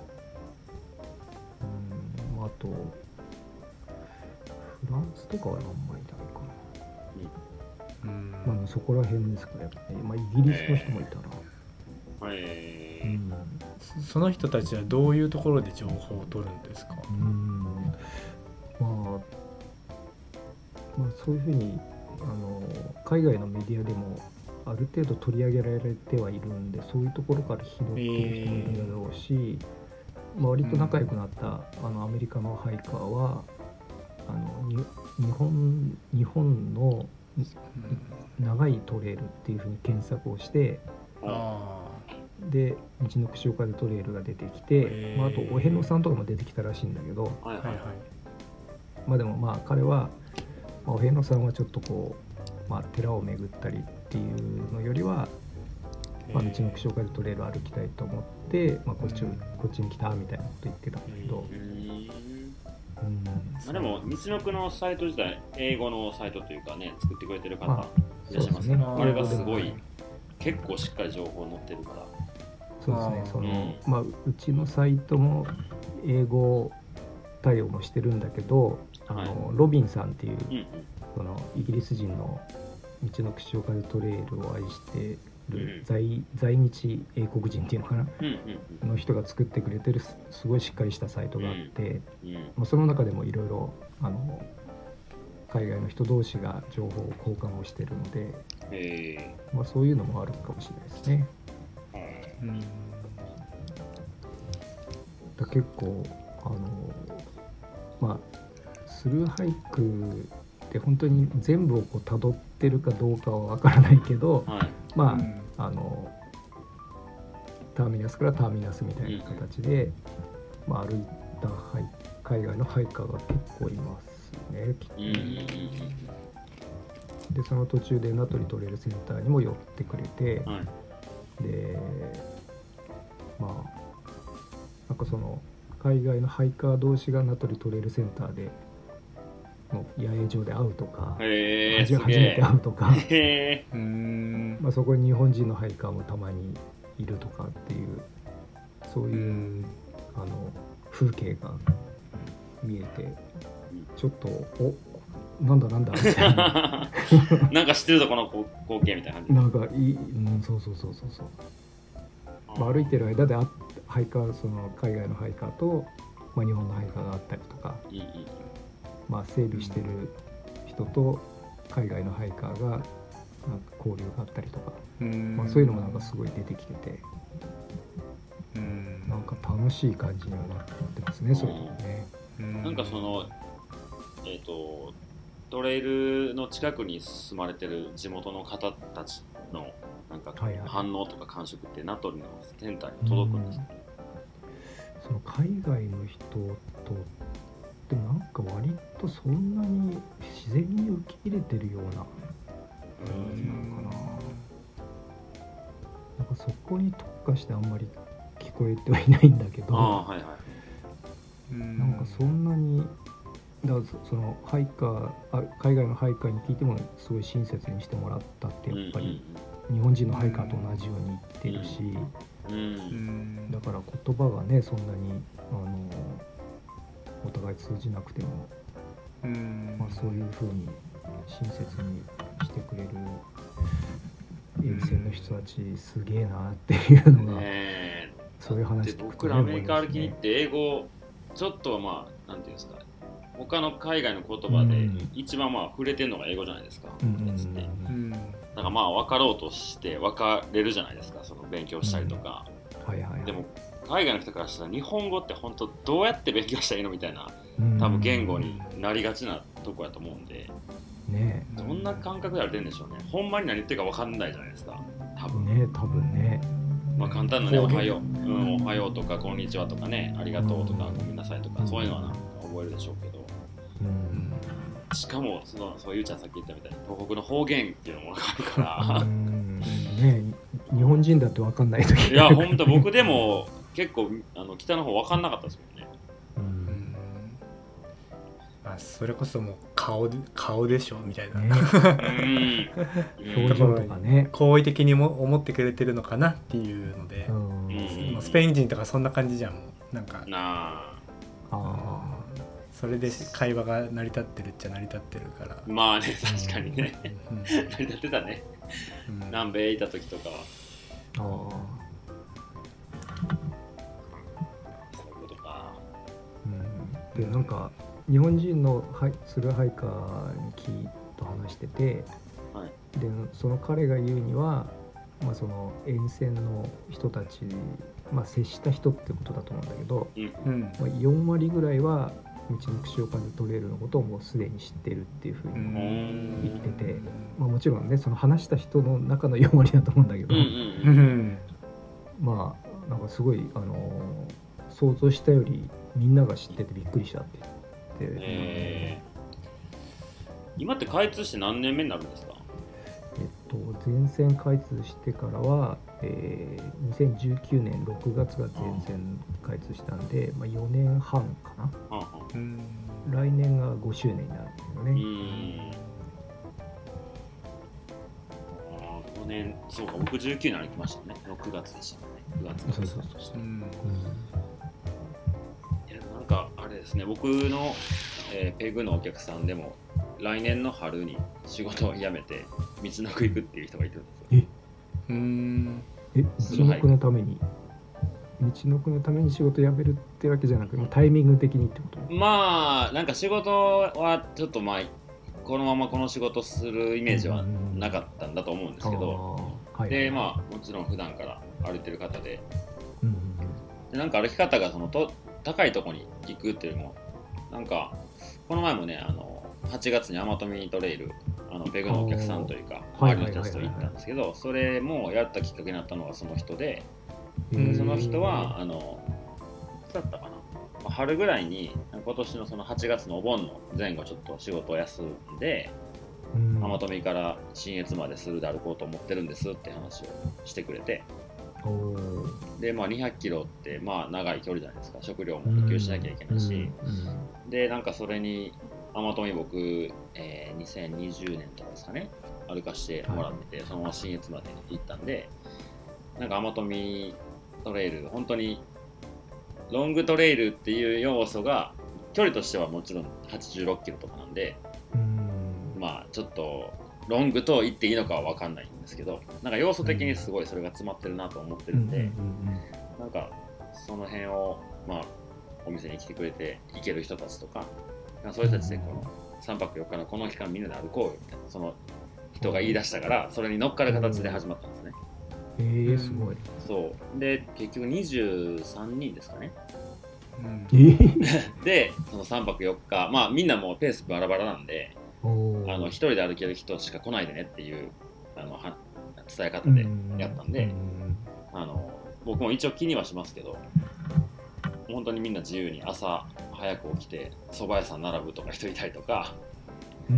あとフランスとかはあんまりないかな。 うんまあそこら辺ですかね。やっぱり、まあ、イギリスの人もいたら、 えーうんその人たちはどういうところで情報を取るんですか？ うんまあ、まあそういうふうにあの海外のメディアでもある程度取り上げられてはいるんで、そういうところから拾ってる人もいるだろうし、まあ、割と仲良くなった、あのアメリカのハイカーはあのに日本日本の長いトレイルっていうふうに検索をして、 あで道の串岡でトレイルが出てきて、 へーまあ、あとお遍路さんとかも出てきたらしいんだけど、 はいあ、はいははいい。 まあでもまあ彼は、まあ、お遍路さんはちょっとこう、まあ、寺を巡ったりっていうのよりは、まあ、道の串岡でトレイル歩きたいと思って、まあ、こっちをうんこっちに来たみたいなこと言ってたんだけど、 うーんうんまあでも道のくのサイト自体英語のサイトというかね作ってくれてる方まあいらっしゃいますそうですねあれがすごい英語でも結構しっかり情報載ってるからそうですねあーその、 うんまあ、うちのサイトも英語対応もしてるんだけど、あのはいロビンさんっていううんうんそのイギリス人の道の串岡でトレイルを愛してるうん在在日英国人っていうのかなうんうんの人が作ってくれてるすすごいしっかりしたサイトがあって、 うんうんまあ、その中でもいろいろあの海外の人同士が情報を交換をしてるので、 えまあ、そういうのもあるかもしれないですね。 ーはいうんだ結構あのまあスルーハイクって本当に全部をこう辿ってるかどうかはわからないけど、 はいまあ、 うんあのターミナスからターミナスみたいな形で、まあ、歩いたハイ海外のハイカーが結構いますね、きっと。 うんうんうんでその途中で名取トレイルセンターにも寄ってくれて、 はい、 でまあなんかその海外のハイカー同士が名取トレイルセンターでもう野営場で会うとか、 へー初初めて会うとかへうーんまあそこに日本人のハイカーもたまにいるとかっていう、そういう、 うん、 あの風景が見えて、ちょっとおなんだなんだみたいななんか知ってるぞこの光景みたいな感じ。 なんかいい、うん、そうそうそうそうそう、まあ、歩いてる間であハイカーその海外のハイカーと、まあ、日本のハイカーがあったりとか、 うんうんまあ、整備してる人と海外のハイカーがなんか交流があったりとか、 うんまあ、そういうのもなんかすごい出てきてて、 うんなんか楽しい感じにはなってますね、そういうのね。 なんかそのえっ、ー、とトレイルの近くに住まれてる地元の方たちのなんか反応とか感触って名取のセンターに届くんですか、ね、 その海外の人とでもなんか割とそんなに自然に受け入れてるような感じなのかな。なんかそこに特化してあんまり聞こえてはいないんだけど、 あ、はいはい、 なんかそんなにだからそのハイカーあ海外のハイカーに聞いてもすごい親切にしてもらったってやっぱり日本人のハイカーと同じように言ってるし、 うんうん、 だから言葉がねそんなにあのお互い通じなくても、 うんまあ、そういう風に親切にしてくれる沿線の人たちすげえなっていうのが、ね、そういう話聞くと、ね、 僕らアメリカ歩きに行って英語ちょっとまあなんていうんですか、他の海外の言葉で一番まあ触れてるのが英語じゃないですか、うん、ってだからまあ分かろうとして分かれるじゃないですか、その勉強したりとか、うんはいはいはい、でも海外の人からしたら日本語って本当どうやって勉強したらいいのみたいな多分言語になりがちなとこやと思うんで、ね、どんな感覚でやれてるんでしょうね。ほんまに何言ってるか分かんないじゃないですか多分ね、多分ね、 まあ簡単なね、おはよう、うん、おはようとかこんにちはとかね、ありがとうとかごめんなさいとか、そういうのはなんか覚えるでしょうけど、うん、しかもそのそうゆうちゃんさっき言ったみたいに東北の方言っていうのもあるからうんね、日本人だって分かんない時いや本当僕でも結構あの北の方分かんなかったですもんね。 うん、まあ、それこそもう顔で顔でしょみたいな、ね、 うん表情とかね好意的にも思ってくれてるのかなっていうので、うん、スペイン人とかそんな感じじゃん、もうなんかなあそれで会話が成り立ってるっちゃ成り立ってるから、 まあね、確かにね、うん、成り立ってたね、うん、南米いた時とかはあそういうことか、 うん、でなんか日本人のスルーハイカーに聞いと話してて、はい、でその彼が言うには、まあ、その沿線の人たち、まあ、接した人ってことだと思うんだけど、うんまあ、よん割ぐらいは道の串岡トレイルのことをもうすでに知ってるっていうふうに言ってて、まあ、もちろんねその話した人の中のよん割だと思うんだけど、うんうんうん、まあなんかすごい、あのー、想像したよりみんなが知っててびっくりしたって言って、えー、今って開通して何年目になるんですか？ えっと、全線開通してからは、えー、にせんじゅうきゅうねんろくがつが全線開通したんで、まあ、よねんはんかな、うん、来年がごしゅうねんになるんですよね。うんあごねん、そうか、僕じゅうきゅうねん歩きましたね。ろくがつでしたね。くがつがスタートして、うん、いやなんかあれですね、僕の、えー、ペグのお客さんでも来年の春に仕事を辞めて道のく行くっていう人がいてるんですよ。 え、うーんえ、道のくのために道のくのために仕事辞めるってわけじゃなくて、タイミング的にってこと？ まあなんか仕事はちょっとまあこのままこの仕事するイメージはなかったんだと思うんですけど、はい、でまあもちろん普段から歩いてる方で、うん、でなんか歩き方がそのと高いとこに行くっていうのもなんかこの前もねあのはちがつにアマトミトレイルあのペグのお客さんというか周りの人たちと行ったんですけど、それもやったきっかけになったのがその人で、その人はあのいつだったかな、春ぐらいになん今年のそのはちがつのお盆の前後ちょっと仕事を休んで、 うん天富から信越までするで歩こうと思ってるんですって話をしてくれて、 おーでまあにひゃくキロってまあ長い距離じゃないですか。食料も補給しなきゃいけないし、でなんかそれに天富僕、えーにせんにじゅうねんとかですかね、歩かしてもらって、はい、そのまま信越まで行ったんで、なんか天富トレイル本当にロングトレイルっていう要素が距離としてはもちろんはちじゅうろっキロとかなんで、 うんまあちょっとロングと言っていいのかは分かんないんですけど、なんか要素的にすごいそれが詰まってるなと思ってるんで、なんかその辺をまあお店に来てくれて行ける人たちとか、そういう人たちでこのさんぱくよっかのこの期間みんなで歩こうよみたいな、その人が言い出したからそれに乗っかる形で始まったんですね。 えー、すごい。 そうで結局にじゅうさんにんですかね、 うん、 えー、 でそのさんぱくよっか、まあみんなもうペースバラバラなんで、 おあの一人で歩ける人しか来ないでねっていうあのは伝え方でやったんで、 うんあの僕も一応気にはしますけど、本当にみんな自由に朝早く起きて蕎麦屋さん並ぶとか人いたりとか、 うん、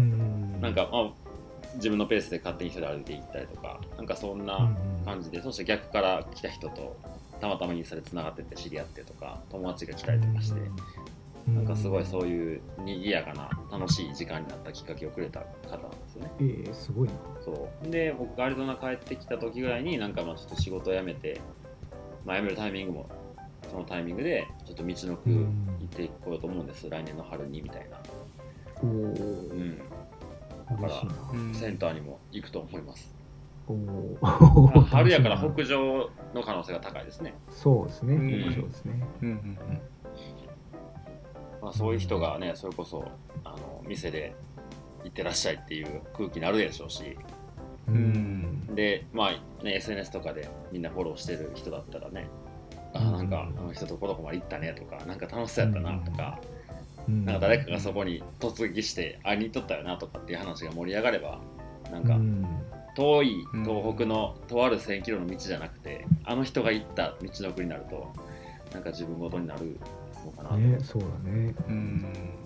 なんか、まあ、自分のペースで勝手に一人で歩いていったりとか、なんかそんな感じで、そして逆から来た人とたまたまインスタでつながってって知り合ってとか、友達が来たりとかして、なんかすごいそういう賑やかな楽しい時間になったきっかけをくれた方なんですよね。 えー、すごいな。 そうで僕がアリゾナ帰ってきた時ぐらいになんかまあちょっと仕事を辞めて、まあ、辞めるタイミングもそのタイミングでちょっと道のく行っていこうと思うんです、来年の春にみたいな。 おー、 うん、だからうんセンターにも行くと思います。 おー春やから北上の可能性が高いですね。 そうですね、 うん北上ですね。 うんうんうんまあ、そういう人がねそれこそあの店で行ってらっしゃいっていう空気になるでしょうし、 うんでまあね エスエヌエス とかでみんなフォローしてる人だったらね、あなんかあの人とこどこまで行ったねとか、なんか楽しそうやったなとか、 うんなんか誰かがそこに突撃して会いに行っとったよなとかっていう話が盛り上がれば、なんかうん遠い東北のとあるせんキロの道じゃなくて、あの人が行った道のくになるとなんか自分ごとになるのかなと、 ね、そうだね。 うんうん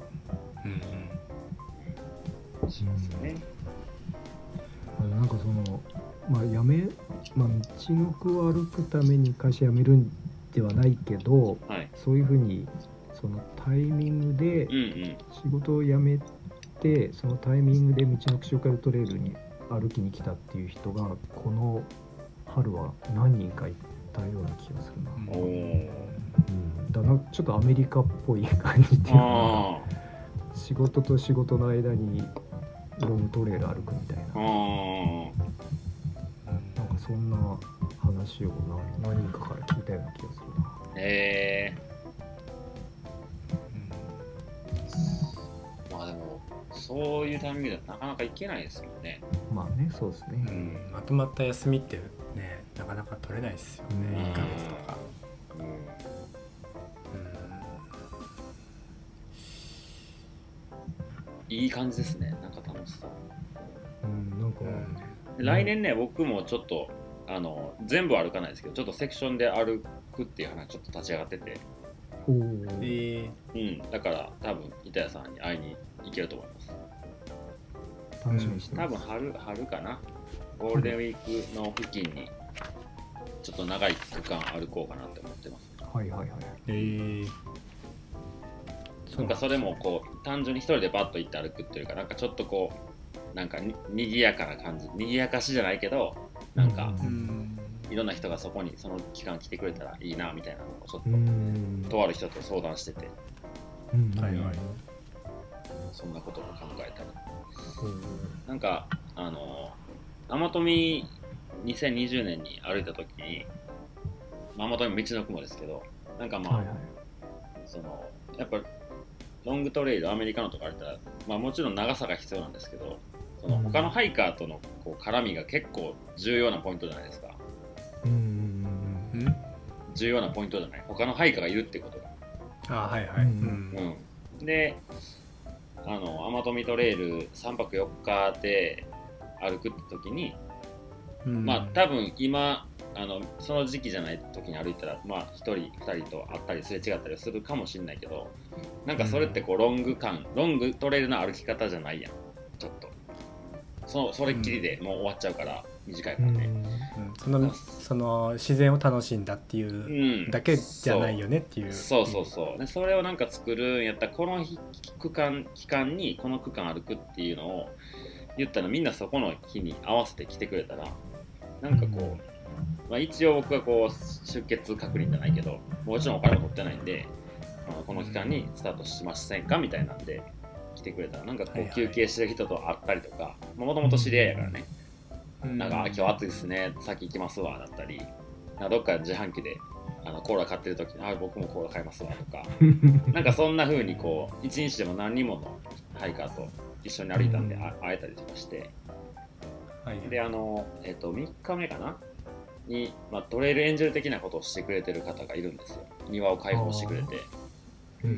しますよね。 うんなんかそのまあやめ、まあ、道のくを歩くために会社辞めるんではないけど、 はい、 そういうふうにそのタイミングでうんうん仕事を辞めて、そのタイミングで道のく紹介トレイルに歩きに来たっていう人がこの春は何人かいたような気がするな。 うんおーうん、だなちょっとアメリカっぽい感じっていうか、 あ仕事と仕事の間にロングトレイル歩くみたいな、 ーあなんかそんな話をな何人かから聞いたような気がするな。 ーえー、まあでもそういうタイミングではなかなか行けないですもんね。 まあね、そうですね。 うんまとまった休みってねなかなか取れないですよね、 うんいっかげつとか。 うんいい感じですね。なんか楽しそう。 うん、なんか、 うんで来年ね、僕もちょっとあの全部は歩かないですけど、ちょっとセクションで歩くっていう話ちょっと立ち上がってて、 おえーーうん、だから多分板谷さんに会いに行けると思います。 楽しみにして多ます。 分春春かな。ゴールデンウィークの付近にちょっと長い区間歩こうかなって思ってます。 はいはいはい。 えーなんかそれもこう単純に一人でバッと行って歩くっていうか、なんかちょっとこうなんかに賑やかな感じ、賑やかしじゃないけど、なんかうんいろんな人がそこにその期間来てくれたらいいなみたいなのをちょっうとん、 とある人と相談してて、 うんはいはいそんなことを考えたり、 うんなんかあの天富にせんにじゅうねんに歩いた時に、まあ天富道の雲ですけど、なんかまあ、 はいはい。 そのやっぱロングトレイルアメリカのとか歩いたら、まあ、もちろん長さが必要なんですけど、その他のハイカーとのこう絡みが結構重要なポイントじゃないですか。 うんうんうん重要なポイントじゃない、他のハイカーがいるってことが。 あはいはい、 ううんうん、であの天富トレイルさんぱくよっかで歩くって時に、 うん、 まあ多分今あのその時期じゃない時に歩いたらまあひとりふたりと会ったりすれ違ったりするかもしれないけど、なんかそれってこうロング感、ロングトレイルの歩き方じゃないやん。ちょっとそそれっきりでもう終わっちゃうから、短いからね、 うん、そのその自然を楽しんだっていうだけじゃないよねっていう、うん、 そうそうそうそうで、それをなんか作るんやったらこの区間期間にこの区間歩くっていうのを言ったらみんなそこの日に合わせて来てくれたらなんかこう、まあ、一応僕はこう出欠確認じゃないけどもちろんお金も取ってないんで、まあ、この期間にスタートしませんかみたいなんで来てくれたらなんかこう休憩してる人と会ったりとかもともと知り合いやからね、なんか今日暑いですね先行きますわだったり、なんかどっか自販機であのコーラ買ってる時にあ僕もコーラ買いますわとかなんかそんな風にこう一日でも何人ものハイカーと一緒に歩いたんで、うん、会えたりとかして、はい、であの、えー、とみっかめかなに、まあ、トレイルエンジェル的なことをしてくれてる方がいるんですよ。庭を開放してくれて、うん、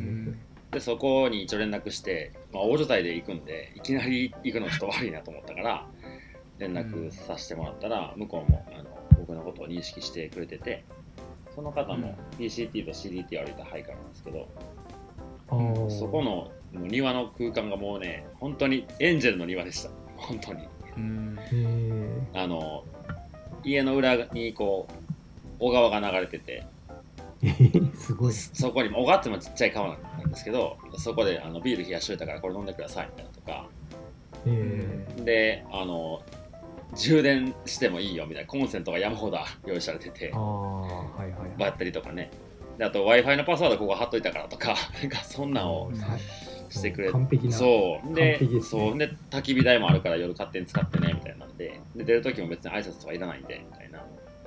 でそこに一応連絡して、まあ、大所帯で行くんでいきなり行くのちょっと悪いなと思ったから連絡させてもらったら、うん、向こうもあの僕のことを認識してくれてて、その方も ピーシーティー と シーディーティー を歩いたハイカーなんですけど、うん、そこの庭の空間がもうね本当にエンジェルの庭でした。本当に、うん、あの家の裏にこう小川が流れててすごいそこに小川ってもちっちゃい川なんですけど、そこであのビール冷やしといたからこれ飲んでくださいみたいなとか、であの充電してもいいよみたいなコンセントが山ほど用意されてて、あ、はいはいはい、バッテリーとかね、であと Wi-Fi のパスワードここ貼っといたからとかなんかそんなんをしてくれて、 完璧なそうで、 ね、 そうで焚き火台もあるから夜勝手に使ってねみたいなんで、で出る時も別に挨拶とかいらないんでみたいな、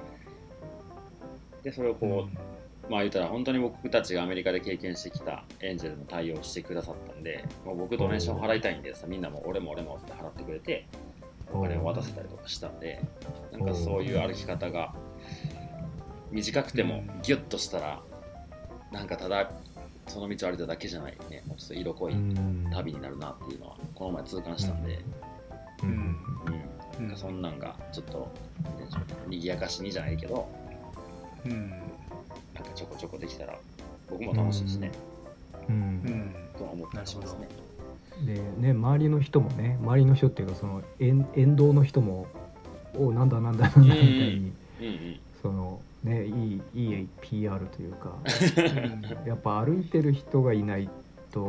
でそれをこう、うん、まあ言ったら本当に僕たちがアメリカで経験してきたエンジェルの対応をしてくださったんで、もう僕ドネーション払いたいんでさ、みんなも俺も俺もって払ってくれてお金を渡せたりとかしたんで、なんかそういう歩き方が短くてもギュッとしたらなんかただその道を歩いただけじゃないね、もうちょっと色濃い旅になるなっていうのはこの前痛感したんで、うんうんうん、なんかそんなんがちょっと賑やかしにじゃないけど、うん、なんかちょこちょこできたら僕も楽しいしね、うんうん、とは思ったりしますね。 でね、周りの人もね、周りの人っていうかその沿沿道の人もおなんだなんだなんだみたいに、うんうん、そのね、いいいい ピーアール というかやっぱ歩いてる人がいないと、うん、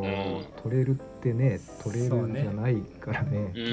トレイルってねトレイルじゃないからね、うん、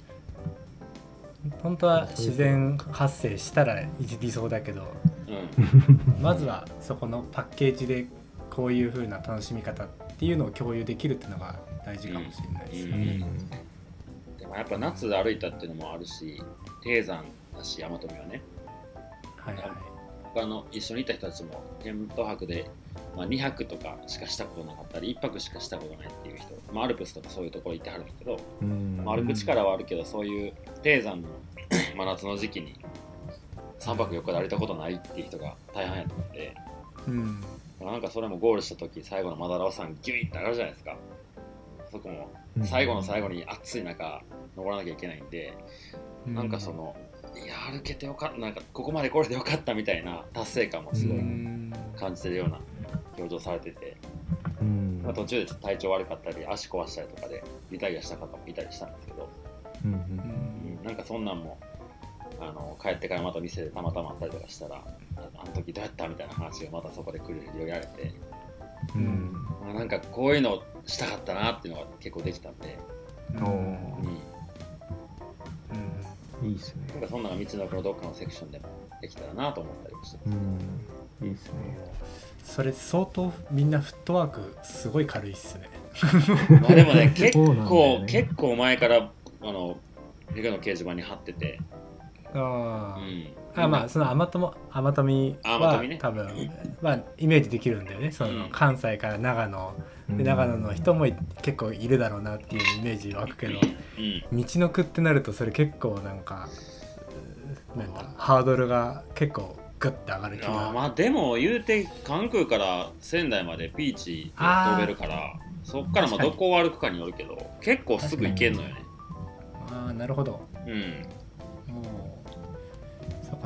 本当は自然発生したら理想だけど、うん、まずはそこのパッケージでこういう風な楽しみ方っていうのを共有できるっていうのが大事かもしれないですね、うんうん、 でもやっぱ夏で歩いたっていうのもあるし、低山だし山富はね、はいはい、他の一緒にいた人たちもテント泊で、まあ、にはくとかしかしたことなかったりいっぱくしかしたことないっていう人、まあ、アルプスとかそういうところ行ってはるんだけど、まあ、歩く力はあるけどそういう低山の真夏の時期にさんぱくよっかで歩いたことないっていう人が大半やったんで、うん、なんかそれもゴールした時最後のマダラオ山ギュイって上がるじゃないですか。そこも最後の最後に暑い中登らなきゃいけないんで、うん、なんかそのいや歩けてよかった、なんかここまで来れてよかったみたいな達成感もすごい感じてるような表情されてて、うん、まあ、途中でちょっと体調悪かったり足壊したりとかでリタイアした方もいたりしたんですけど、うんうんうん、なんかそんなんもあの帰ってからまた店でたまたまあったりとかしたら、あの時どうやったみたいな話がまたそこで繰り広げられて、うん、まあ、なんかこういうのしたかったなっていうのが結構できたんで、うんうんうん、いいですね。 なんかそんなの道のこのどっかのセクションでもできたらなと思ったりもしてます、うん、いいですね。 それ相当みんなフットワークすごい軽いっすねまあでもね結構、ね、結構前からあのレガの掲示板に貼ってて、 あ、うん、あ、まあそのアマトモアマトミは、ね、多分、まあ、イメージできるんだよね。その、うん、関西から長野で長野の人も結構いるだろうなっていうイメージ湧くけど、うん、道の区ってなるとそれ結構なんかなんだハードルが結構グッて上がる気が。 あ、まあでも言うて関空から仙台までピーチ飛べるからそっからまあどこを歩くかによるけど結構すぐ行けんのよね。 ああ、なるほど。 うん。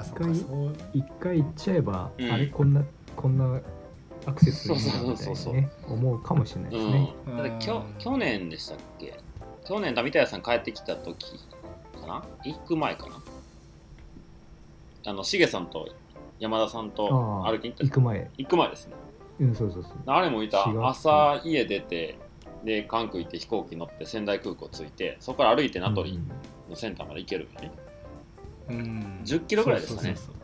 そっかそう一回行っちゃえば、 うんあれこんなこんなアクセスいいんだみたそうそうそうそういなね思うかもしれないですね。 うん、だってきょ去年でしたっけ、去年、富田屋さん帰ってきた時かな、行く前かな、あの、しげさんと山田さんとああ歩きに行った行く前、 行く前ですね。 うんそうそうそう。 あれもいたしがつ朝家出て、で、関空行って飛行機乗って仙台空港着いて、そこから歩いて名取のセンターまで行けるよね。 うんじゅっキロぐらいですかね。 そうそうそう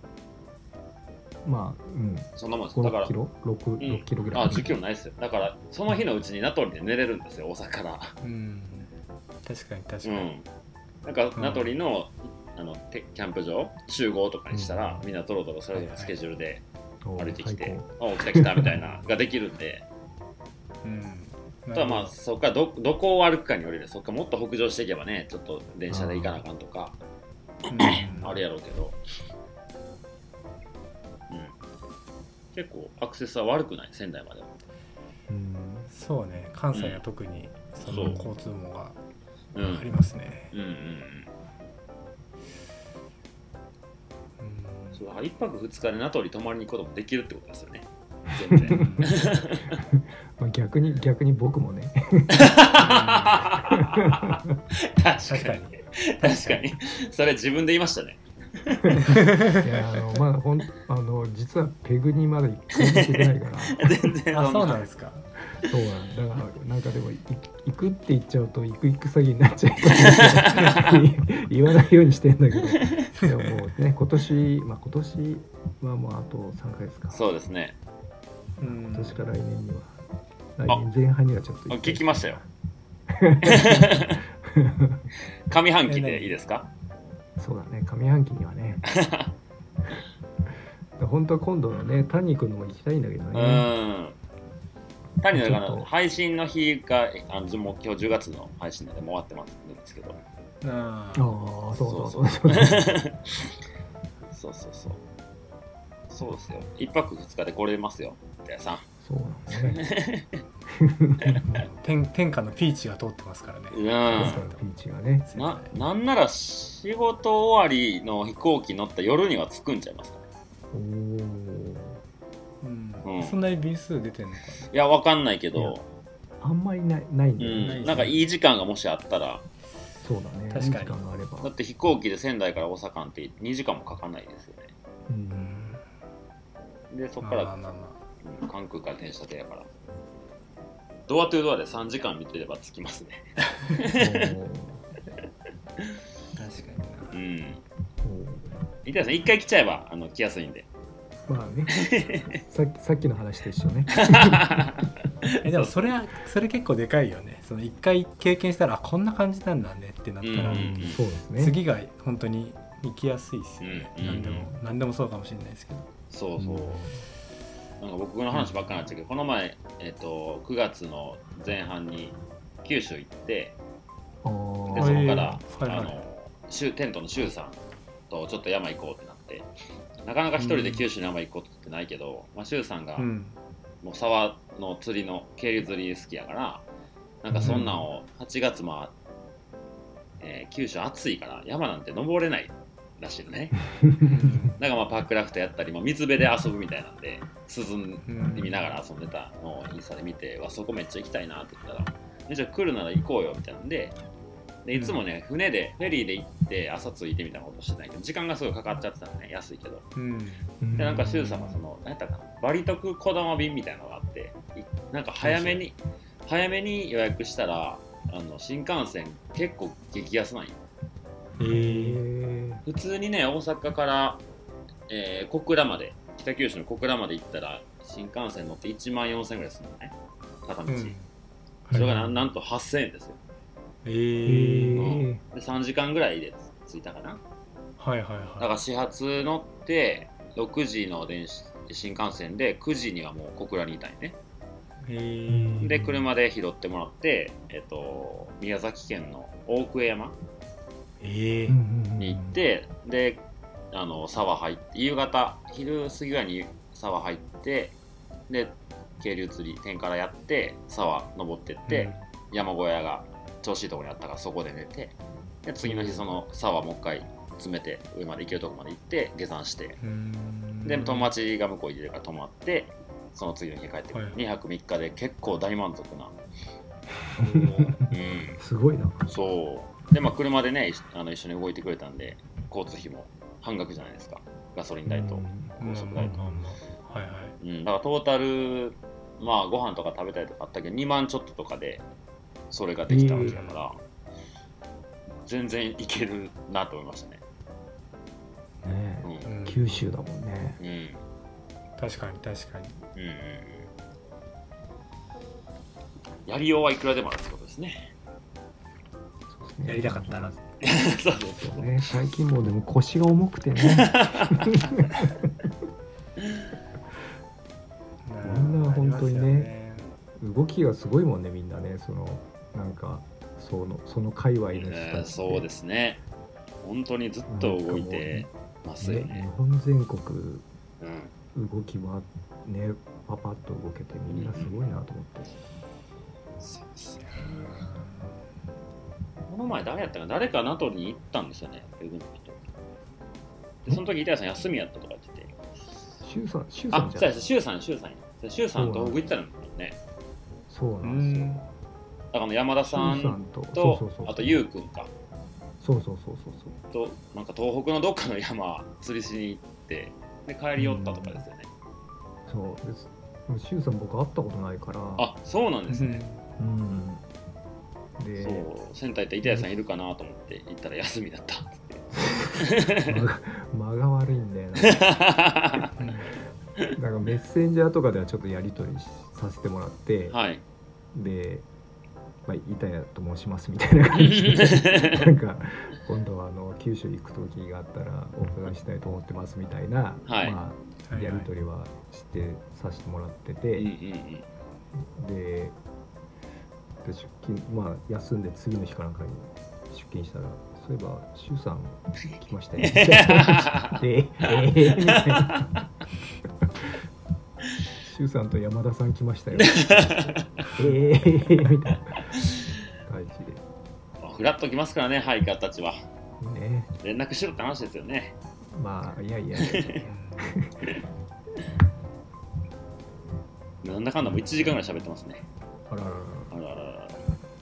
まあうんそんなもんです。 ご、 だからろっキ、ロ 6, うん 6キロぐらい。 あ、じゅっキロないですよ。だから、その日のうちに名取で寝れるんですよ、大阪から。 うん確かに確かに、 うん。なんか、名取の、あのてキャンプ場集合とかにしたら、 うんみんなとろとろそれぞれのスケジュールでお歩いてきて最、 お来た来たみたいなができるんで、 うんあとはまあそこから ど, どこを歩くかによりで、そこからもっと北上していけばね、ちょっと電車で行かなあかんとかうんあるやろうけど、うん、結構アクセスは悪くない、仙台までは。 うんそうね関西は特にそのそう交通網がうんありますね、 うんうんうん。 うんそうだからいっぱくふつかで名取泊まりに行くこともできるってことですよね。全然。 まあ、逆に逆に僕もね確かに確かに確かにそれ自分で言いましたね。 いやあのまあほんあの実はペグにまだ一回も行けてないから全然あそうそんなそなんですかうなんだからなんかでもい行くって言っちゃうと行く行く詐欺になっちゃうから言わないようにしてんだけど、でももうね今年まあ今年はもうあとさんかげつか。 そうですね。 うん今年から来年には来年前半にはちょっと行きたい聞きましたよ。上半期でいいですか？ そうだね上半期にはね本当は今度のね谷君のも行きたいんだけどうね。 ん。谷のだからちょっと配信の日があのもう今日じゅうがつの配信なんでもう終わってますんですけど。 あああそうそうそうそうそうそうそう。そうですよ。いっぱくふつかで来れますよ、富田さん。 そうなんですね。 天天下のピーチが通ってますからねうん。 ピーチがね。 ななんなら仕事終わりの飛行機乗った夜には着くんちゃいますかね。 おお。 うんうんそんなに便数出てんのかいや、わかんないけいやど、 あんまりないないんうだよね。 ん、なんかいい時間がもしあったら、 そうだね。 確かにいい時間があれば。 だって飛行機で仙台から大阪間ってにじかんもかかんないですよね。 う。 なんで、そこから、 まあまあまあまうん関空から電車でやから。ドアトゥードアでさんじかん見てれば着きますね。 おあ確かになうん。 ーお伊藤さん、一回来ちゃえばあの来やすいんで。 ーまあね。さっきさっきの話と一緒ね。 えでもそれはそれ結構でかいよねその一回経験したらあこんな感じなんだねってなったら、 うんうんそうですね。 次が本当に行きやすいですよね、 うん何でも何でもそうかもしれないですけどそうそう。なんか僕の話ばっかりになっちゃうけど、この前、えっと、くがつの前半に九州行って、 あでーそこから、 はいはいあのシュテントのシュウさんとちょっと山行こうってなってなかなか一人で九州の山行くことってないけど、まあ、シュウさんがうんもう沢の釣りの渓流釣り好きやからなんかそんなんをはちがつも、えー九州暑いから山なんて登れないらしいのねだからまあパックラフトやったり、まあ、水辺で遊ぶみたいなんで涼んで見ながら遊んでたのをインスタで見て、わそこめっちゃ行きたいなって言ったらえじゃあ来るなら行こうよみたいなんででいつもね、船でフェリーで行って朝着いてみたいなことしてたんやけど時間がすごいかかっちゃってたのね、安いけどうんでなんかシュウさんはその何やったかなバリ得こだま便みたいなのがあっていなんか早めに早めに予約したらあの新幹線結構激安なんよ。 えへー、 ー普通にね大阪から、えー小倉まで北九州の小倉まで行ったら新幹線乗っていちまんよんせんえんぐらいするのね片道、 うんそれがななんとはっせんえんですよ。 えへー、 ーでさんじかんぐらいで着いたかな。 はいはいだからは始発乗ってろくじの電子新幹線でくじにはもう小倉にいたんよね。 いえー、 で車で拾ってもらって、えっと、宮崎県の大久江山えー、 に行ってであの沢入って夕方昼過ぎぐらいに沢入ってで渓流釣り天からやって沢登ってって、山小屋が調子いいところにあったからそこで寝てで次の日その沢もう一回詰めて上まで行けるとこまで行って下山して、 うん、 で友達が向こうにいるから泊まってその次の日帰ってくる、はい、にはくみっかで結構大満足なうん、すごいな。 そうで、まあ、車でねあの一緒に動いてくれたんで交通費も半額じゃないですか、ガソリン代と高速代と、 はいはい、 うん、だからトータルまあご飯とか食べたりとかあったけどにまんちょっととかでそれができたわけだから、えー、全然いけるなと思いましたね。 ねえ、うん、九州だもんね、 うん、確かに確かに、うんうん、 やりようはいくらでもあるってことですね。 やりたかったなそうですよね。最近もうでも腰が重くてねみんな本当に ね, ね動きがすごいもんね、みんなね、そのなんかそのその界隈の人たち、えー、 そうですね、本当にずっと動いてますよね。 ね、日本全国動きはね、パパッと動けてみんなすごいなと思って、 うん、そうですね。この前誰やったか誰か名取に行ったんですよね、ペグの人で、その時板谷さん休みやったとか言ってて、 周さん、周さんじゃん。 あ、そうです、周さん、周さん、周さんと僕行ったのね。 そうなんですよ。 だから山田さんと、そうそうそうそう、あとゆうくんか。 そうそうそうそうそう。と、なんか東北のどっかの山釣りしに行って、で帰り寄ったとかですよね。 うん、そうです。周さん僕会ったことないから。 あ、そうなんですね。 うん。で、 そうセンター行った板谷さんいるかなと思って行ったら休みだったって間, 間が悪いんだよななんかメッセンジャーとかではちょっとやり取りさせてもらって、 はい、 で、まあ、板谷と申しますみたいな感じでなんか今度はあの九州行く時があったらお伺いしたいと思ってますみたいな、はい、まあ、やり取りはしてさせてもらってて、うんうんうん、でで出勤、まあ休んで次の日かなんかに出勤したら、そういえば周さん来ましたよねで、えー、みたいな周さんと山田さん来ましたよえーみたいな感じで、 フラッと来ますからね、ハイカーたちはね、 連絡しろって話ですよね。 まあいやいやいやなんだかんだもういちじかんぐらい喋ってますね。 あらららあらららら、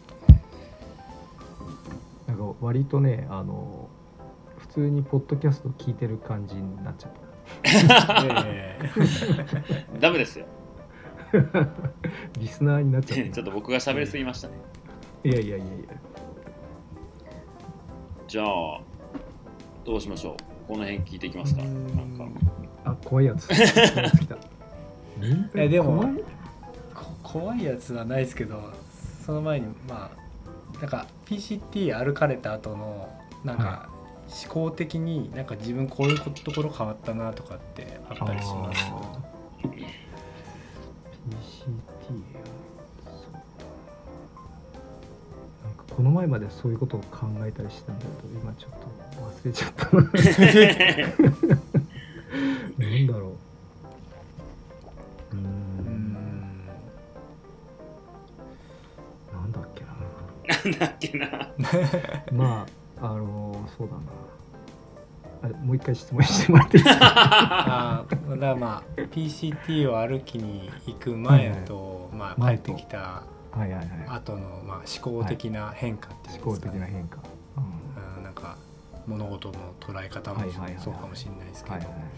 なんか割とね、あの普通にポッドキャスト聞いてる感じになっちゃったダメですよリスナーになっちゃったちょっと僕が喋りすぎましたね。 いやいやいやいや、 じゃあどうしましょう、この辺聞いていきますか。なんかあ、怖いやつ怖いやつ来たえでも怖い怖いやつはないですけど、その前にまあなんか ピーシーティー 歩かれた後のなんか思考的になんか自分こういうところ変わったなとかってあったりします？ ピーシーティー なんかこの前までそういうことを考えたりしてたんだけど、今ちょっと忘れちゃったなんだろう、うーん、なんだっけななんだっけなまああのそうだな、あれもう一回質問してもらっていいですかあだからまあ ピーシーティー を歩きに行く前と、はいはい、まあ、帰ってきた後のまあ思考的な変化っていうんですかね、 思考的な変化、 うん、なんか物事の捉え方もそうかもしれないですけど、はいはいはい、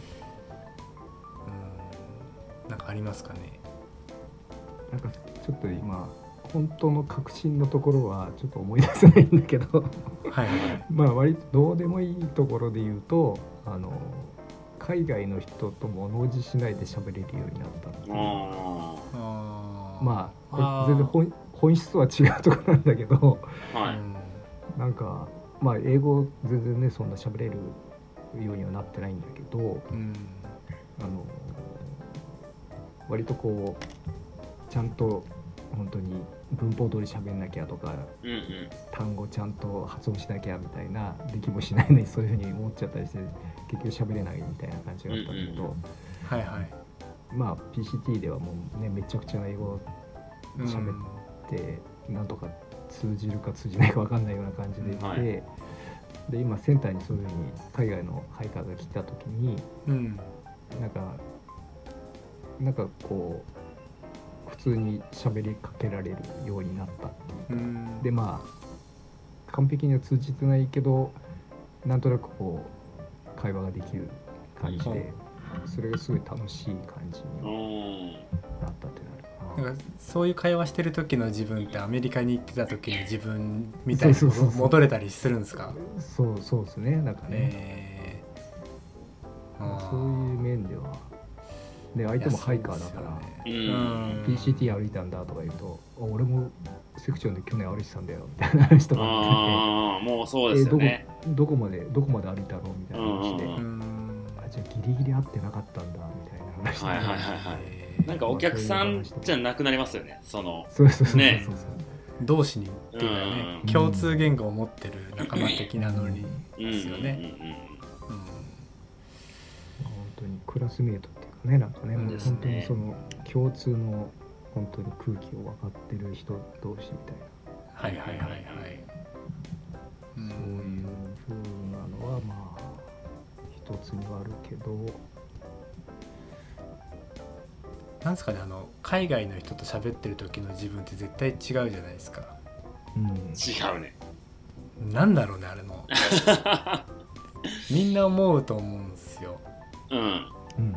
うん、なんかありますかね。 なんかちょっと今本当の確信のところはちょっと思い出せないんだけどはい、はい、まあ割とどうでもいいところで言うと、あの海外の人と物おじしないで喋れるようになったっていう、あまあこれ全然 本, 本質とは違うところなんだけど、はい、なんかまあ英語全然ねそんな喋れるようにはなってないんだけど、うん、あの割とこうちゃんと本当に文法通り喋んなきゃとか、うんうん、単語ちゃんと発音しなきゃみたいな、できもしないのにそういう風に思っちゃったりして結局喋れないみたいな感じがあったんだけど、うんうん、はいはい、まあ ピーシーティー ではもうねめちゃくちゃな英語喋って、うん、なんとか通じるか通じないか分かんないような感じでいて、はい、 で今センターにそういうふうに海外のハイカーが来た時に、 うん、 なんかなんかこう普通に喋りかけられるようになったっていうか、うん、でまあ完璧には通じてないけどなんとなくこう会話ができる感じで、うん、それがすごい楽しい感じになったってなる。 なんかそういう会話してる時の自分ってアメリカに行ってた時の自分みたいに戻れたりするんですか？ そうそうですね、なんかね、えー、そういう面ではで相手もハイカーだから、ね、ピーシーティー 歩いたんだとか言うと俺もセクションで去年歩いてたんだよみたいな話とかああもうそうですよね、 えー、どこどこまでどこまで歩いたのみたいな話で、うんうんうん、あじゃあギリギリ合ってなかったんだみたいな話で、 はいはいはいはい、なんかお客さんじゃなくなりますよね、そのそうそうそうそうね同士にっていうかね、うん、共通言語を持ってる仲間的なノリですよね。 本当にクラスメートっていうかね、なんかね、うん、本当にその共通の本当に空気を分かってる人同士みたいな、 はいはいはいはい、 そういう風なのはまあ一つにはあるけど。 なんですかね、あの海外の人と喋ってる時の自分って絶対違うじゃないですか。 うん、違うね。 なんだろうねあれの。みんな思うと思うんですよ。 うん。うんうん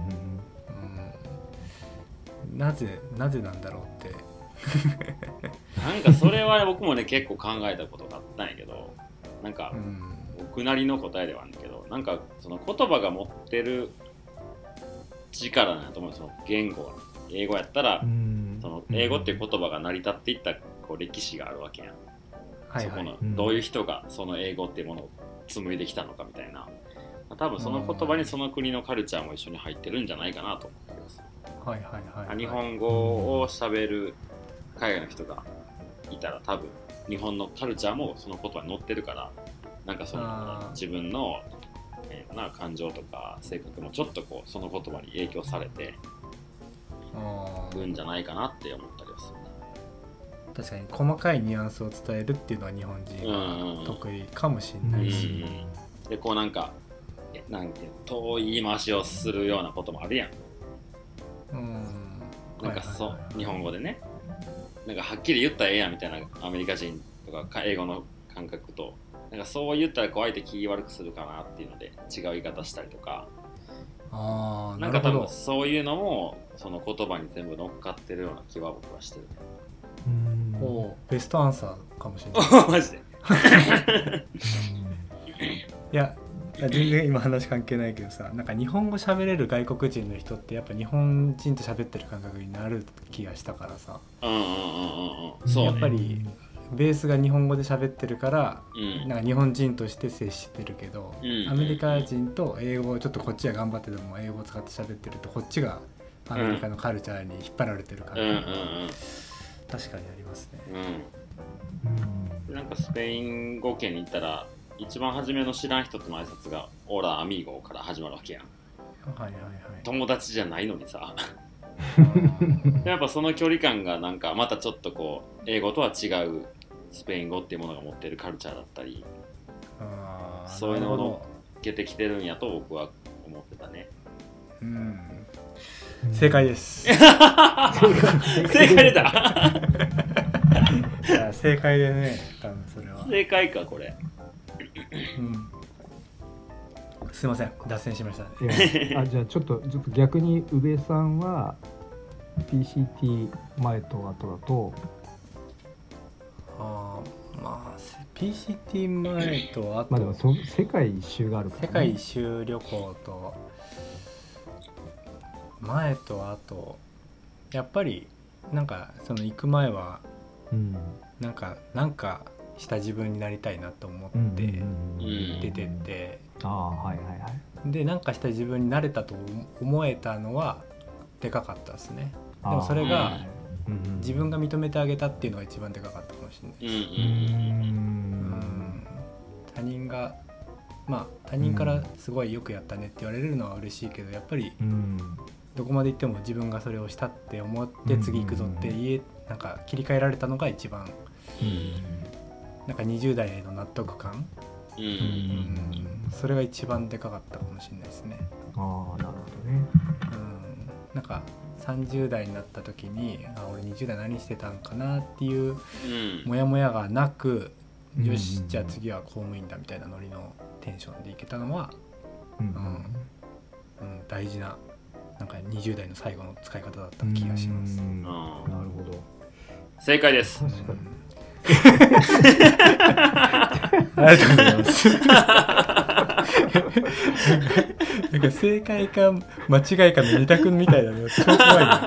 うん、なぜなぜなんだろうって。 なんかそれは僕もね結構考えたことがあったんやけど、なんか、うん、僕なりの答えではあるんだけど、なんかその言葉が持ってる力なんだと思うんですよ、言語は。英語やったら、うん、その英語っていう言葉が成り立っていったこう歴史があるわけやん、はいはい、そこのどういう人がその英語っていうものを紡いできたのかみたいな、多分その言葉にその国のカルチャーも一緒に入ってるんじゃないかなと思ってます、 はいはいはいはい、 日本語を喋る海外の人がいたら多分日本のカルチャーもその言葉に載ってるから、なんかその自分の、えー、な感情とか性格もちょっとこうその言葉に影響されてるんじゃないかなって思ったりはするね。 確かに細かいニュアンスを伝えるっていうのは日本人は得意かもしれないし、うんうんうん、でこうなんかなんて遠い言い回しをするようなこともあるやん、うん、なんかそう、はいはいはい、日本語でねなんかはっきり言ったらええやんみたいなアメリカ人とか英語の感覚と、なんかそう言ったらこう相手気悪くするかなっていうので違う言い方したりとか、 あなんか多分そういうのもその言葉に全部乗っかってるような気は僕はしてるね。 うーん、おベストアンサーかもしれない。 マジでいや全然今話関係ないけどさ、なんか日本語喋れる外国人の人ってやっぱ日本人と喋ってる感覚になる気がしたからさ、 うんうんうんうんうん、そうね、 やっぱりベースが日本語で喋ってるから、うん、なんか日本人として接してるけど、うん、アメリカ人と英語をちょっとこっちは頑張ってでも英語を使って喋ってるとこっちがアメリカのカルチャーに引っ張られてる感じが、うんうんうん、確かにありますね、 うん、なんかスペイン語圏に行ったら一番初めの知らん人との挨拶がオーラアミーゴから始まるわけやん、 はいはいはい、 友達じゃないのにさやっぱその距離感がなんかまたちょっとこう英語とは違うスペイン語っていうものが持ってるカルチャーだったり、あそういうのを乗っけてきてるんやと僕は思ってたね。 うん、正解です正解出たいや正解でね、多分それは正解かこれ、 うん、すいません脱線しましたね。あじゃあちょっとちょっと逆に宇部さんは ピーシーティー 前と後だと、 あまあ ピーシーティー 前と後、 まあでもそ世界一周があるから、ね、 世界一周旅行と前と後、やっぱりなんかその行く前は、うん、なんかなんかした自分になりたいなと思って出てって、 ああはいはいはい、 でなんかした自分になれたと思えたのはでかかったですね。でもそれが自分が認めてあげたっていうのが一番でかかったかもしれないです。うん、他人がまあ他人からすごいよくやったねって言われるのは嬉しいけど、やっぱりどこまで行っても自分がそれをしたって思って次行くぞって言えなんか切り替えられたのが一番なんかにじゅう代への納得感うん、 うん、それが一番でかかったかもしれないですね。 ああ、なるほどね。 うん、なんかさんじゅう代になった時にあ俺にじゅう代何してたんかなっていう、 うん、 モヤモヤがなく、よし、 うん、 じゃあ次は公務員だみたいなノリのテンションでいけたのは、 うんうんうん、大事ななんかにじゅう代の最後の使い方だった気がします。 うん、なるほど。 正解です。 確かに。 ありがとうございます。なんか正解か間違いかの二択みたいなの超怖いな。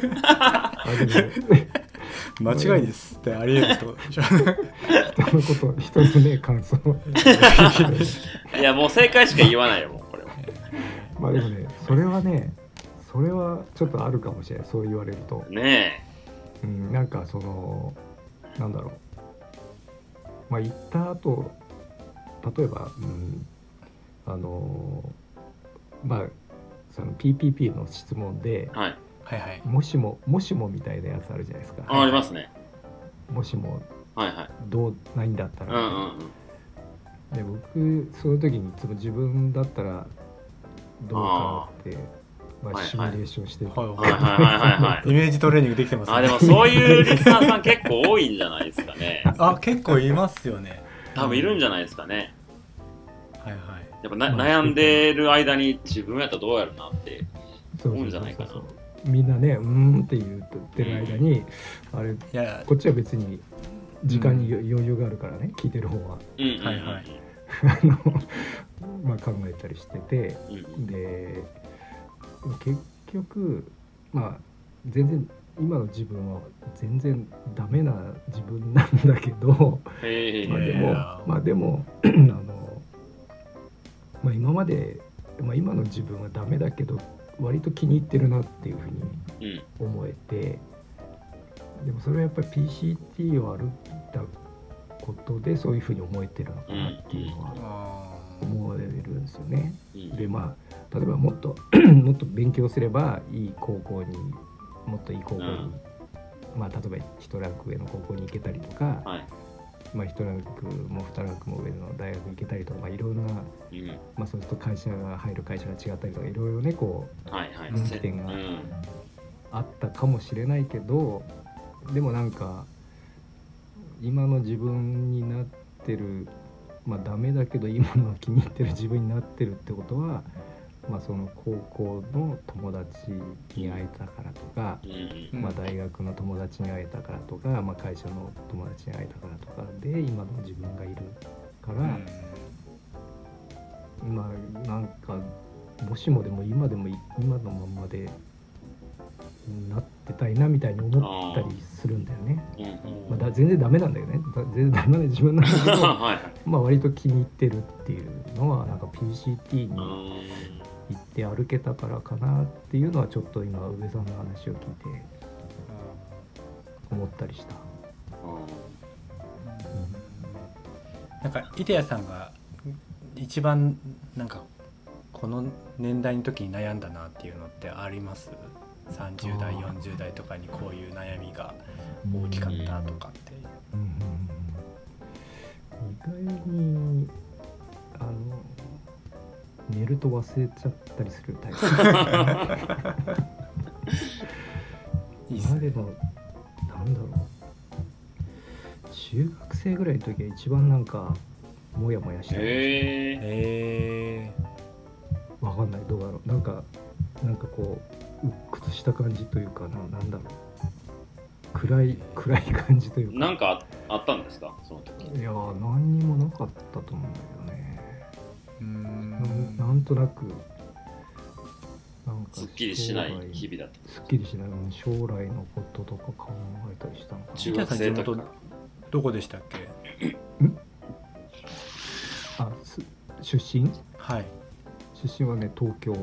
間違いですってありえると人のこと人のね感想いやもう正解しか言わないよもうこれは。 まあでもねそれはねそれはちょっとあるかもしれない、そう言われるとねえ、うん、なんかそのなんだろう、まあ言った後例えば、うん、あのまあその ピーピーピー の質問で、 はい、 はいはい、 もしももしもみたいなやつあるじゃないですか。 あ、ありますね。 もしもはいはい、 どうないんだったら、 うんうんうん、 で僕その時にいつも自分だったらどうかって、まあ、シミュレーションしてる、 はいはいはい、イメージトレーニングできてますね。 あ、でもそういうリスナーさん結構多いんじゃないですかね。 あ、結構いますよね。 多分いるんじゃないですかね。 はいはい。 やっぱな、まあ、悩んでる間に自分やったらどうやるなって思うんじゃないかな。 そうそうそうそう、みんなねうーんって言ってる間に、うん、あれいやこっちは別に時間に余裕があるからね、うん、聞いてる方は、 うんうんうん、はいはいあのまあ考えたりしてて、うん、で結局まあ全然今の自分は全然ダメな自分なんだけど、 へまあでもまあでもあの、まあ、今まで、まあ、今の自分はダメだけど割と気に入ってるなっていうふうに思えて、うん、でもそれはやっぱり ピーシーティー を歩いたことでそういうふうに思えてるのかなっていうのは思えるんですよね。うん、でまあ例えばもっともっと勉強すればいい高校にもっといい高校に、うん、まあ例えば一ランク上の高校に行けたりとか、はい、まあ一ランクも二ランクも上の大学行けたりとか、まあいろんな、うん、まあそうすると会社が入る会社が違ったりとかいろいろねこう、はいはい、分岐点があったかもしれないけど、でもなんか今の自分になってる、まあダメだけど今の気に入ってる自分になってるってことは、まあその高校の友達に会えたからとか、うん、まあ大学の友達に会えたからとか、まあ会社の友達に会えたからとかで今の自分がいるから、うん、まあなんかもしもでも今でも今のまんまでなってたいなみたいに思ったりするんだよね。まあ、だ全然ダメなんだよね。全然ダメな自分なんだけど、はい、まあ割と気に入ってるっていうのはなんか ピーシーティー に行って歩けたからかなっていうのはちょっと今上さんの話を聞いて思ったりした。 うん、なんかイテヤさんが一番なんかこの年代の時に悩んだなっていうのってあります？さんじゅう代よんじゅう代とかにこういう悩みが大きかったとかって、 うんうん、意外にあの寝ると忘れちゃったりするタイプいいっすね。でもなんだろう、中学生ぐらいの時は一番なんかモヤモヤしてる。 へえー、わかんない、どうだろう、なんかなんかこう鬱屈した感じというか な, なんだろう暗い暗い感じというか、 なんかあったんですかその時？ いや何にもなかったと思うんだよね。うーん な, なんとなくなんかすっきりしない日々だった。 すっきりしない、将来のこととか考えたりしたのかな。 中学生とかどこでしたっけ？ んあ出身？ はい、 出身はね東京。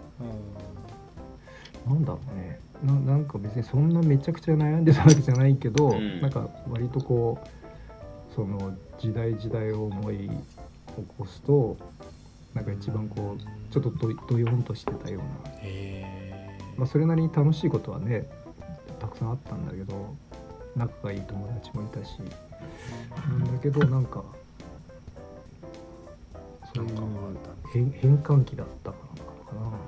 なんだろうね な, なんか別にそんなめちゃくちゃ悩んでたわけじゃないけど、うん、なんか割とこうその時代時代を思い起こすとなんか一番こうちょっと ど, どよんとしてたような、 へー、 まあ、それなりに楽しいことはねたくさんあったんだけど仲がいい友達もいたしなんだけどなんかそういうなんかあった変変換期だったからかな。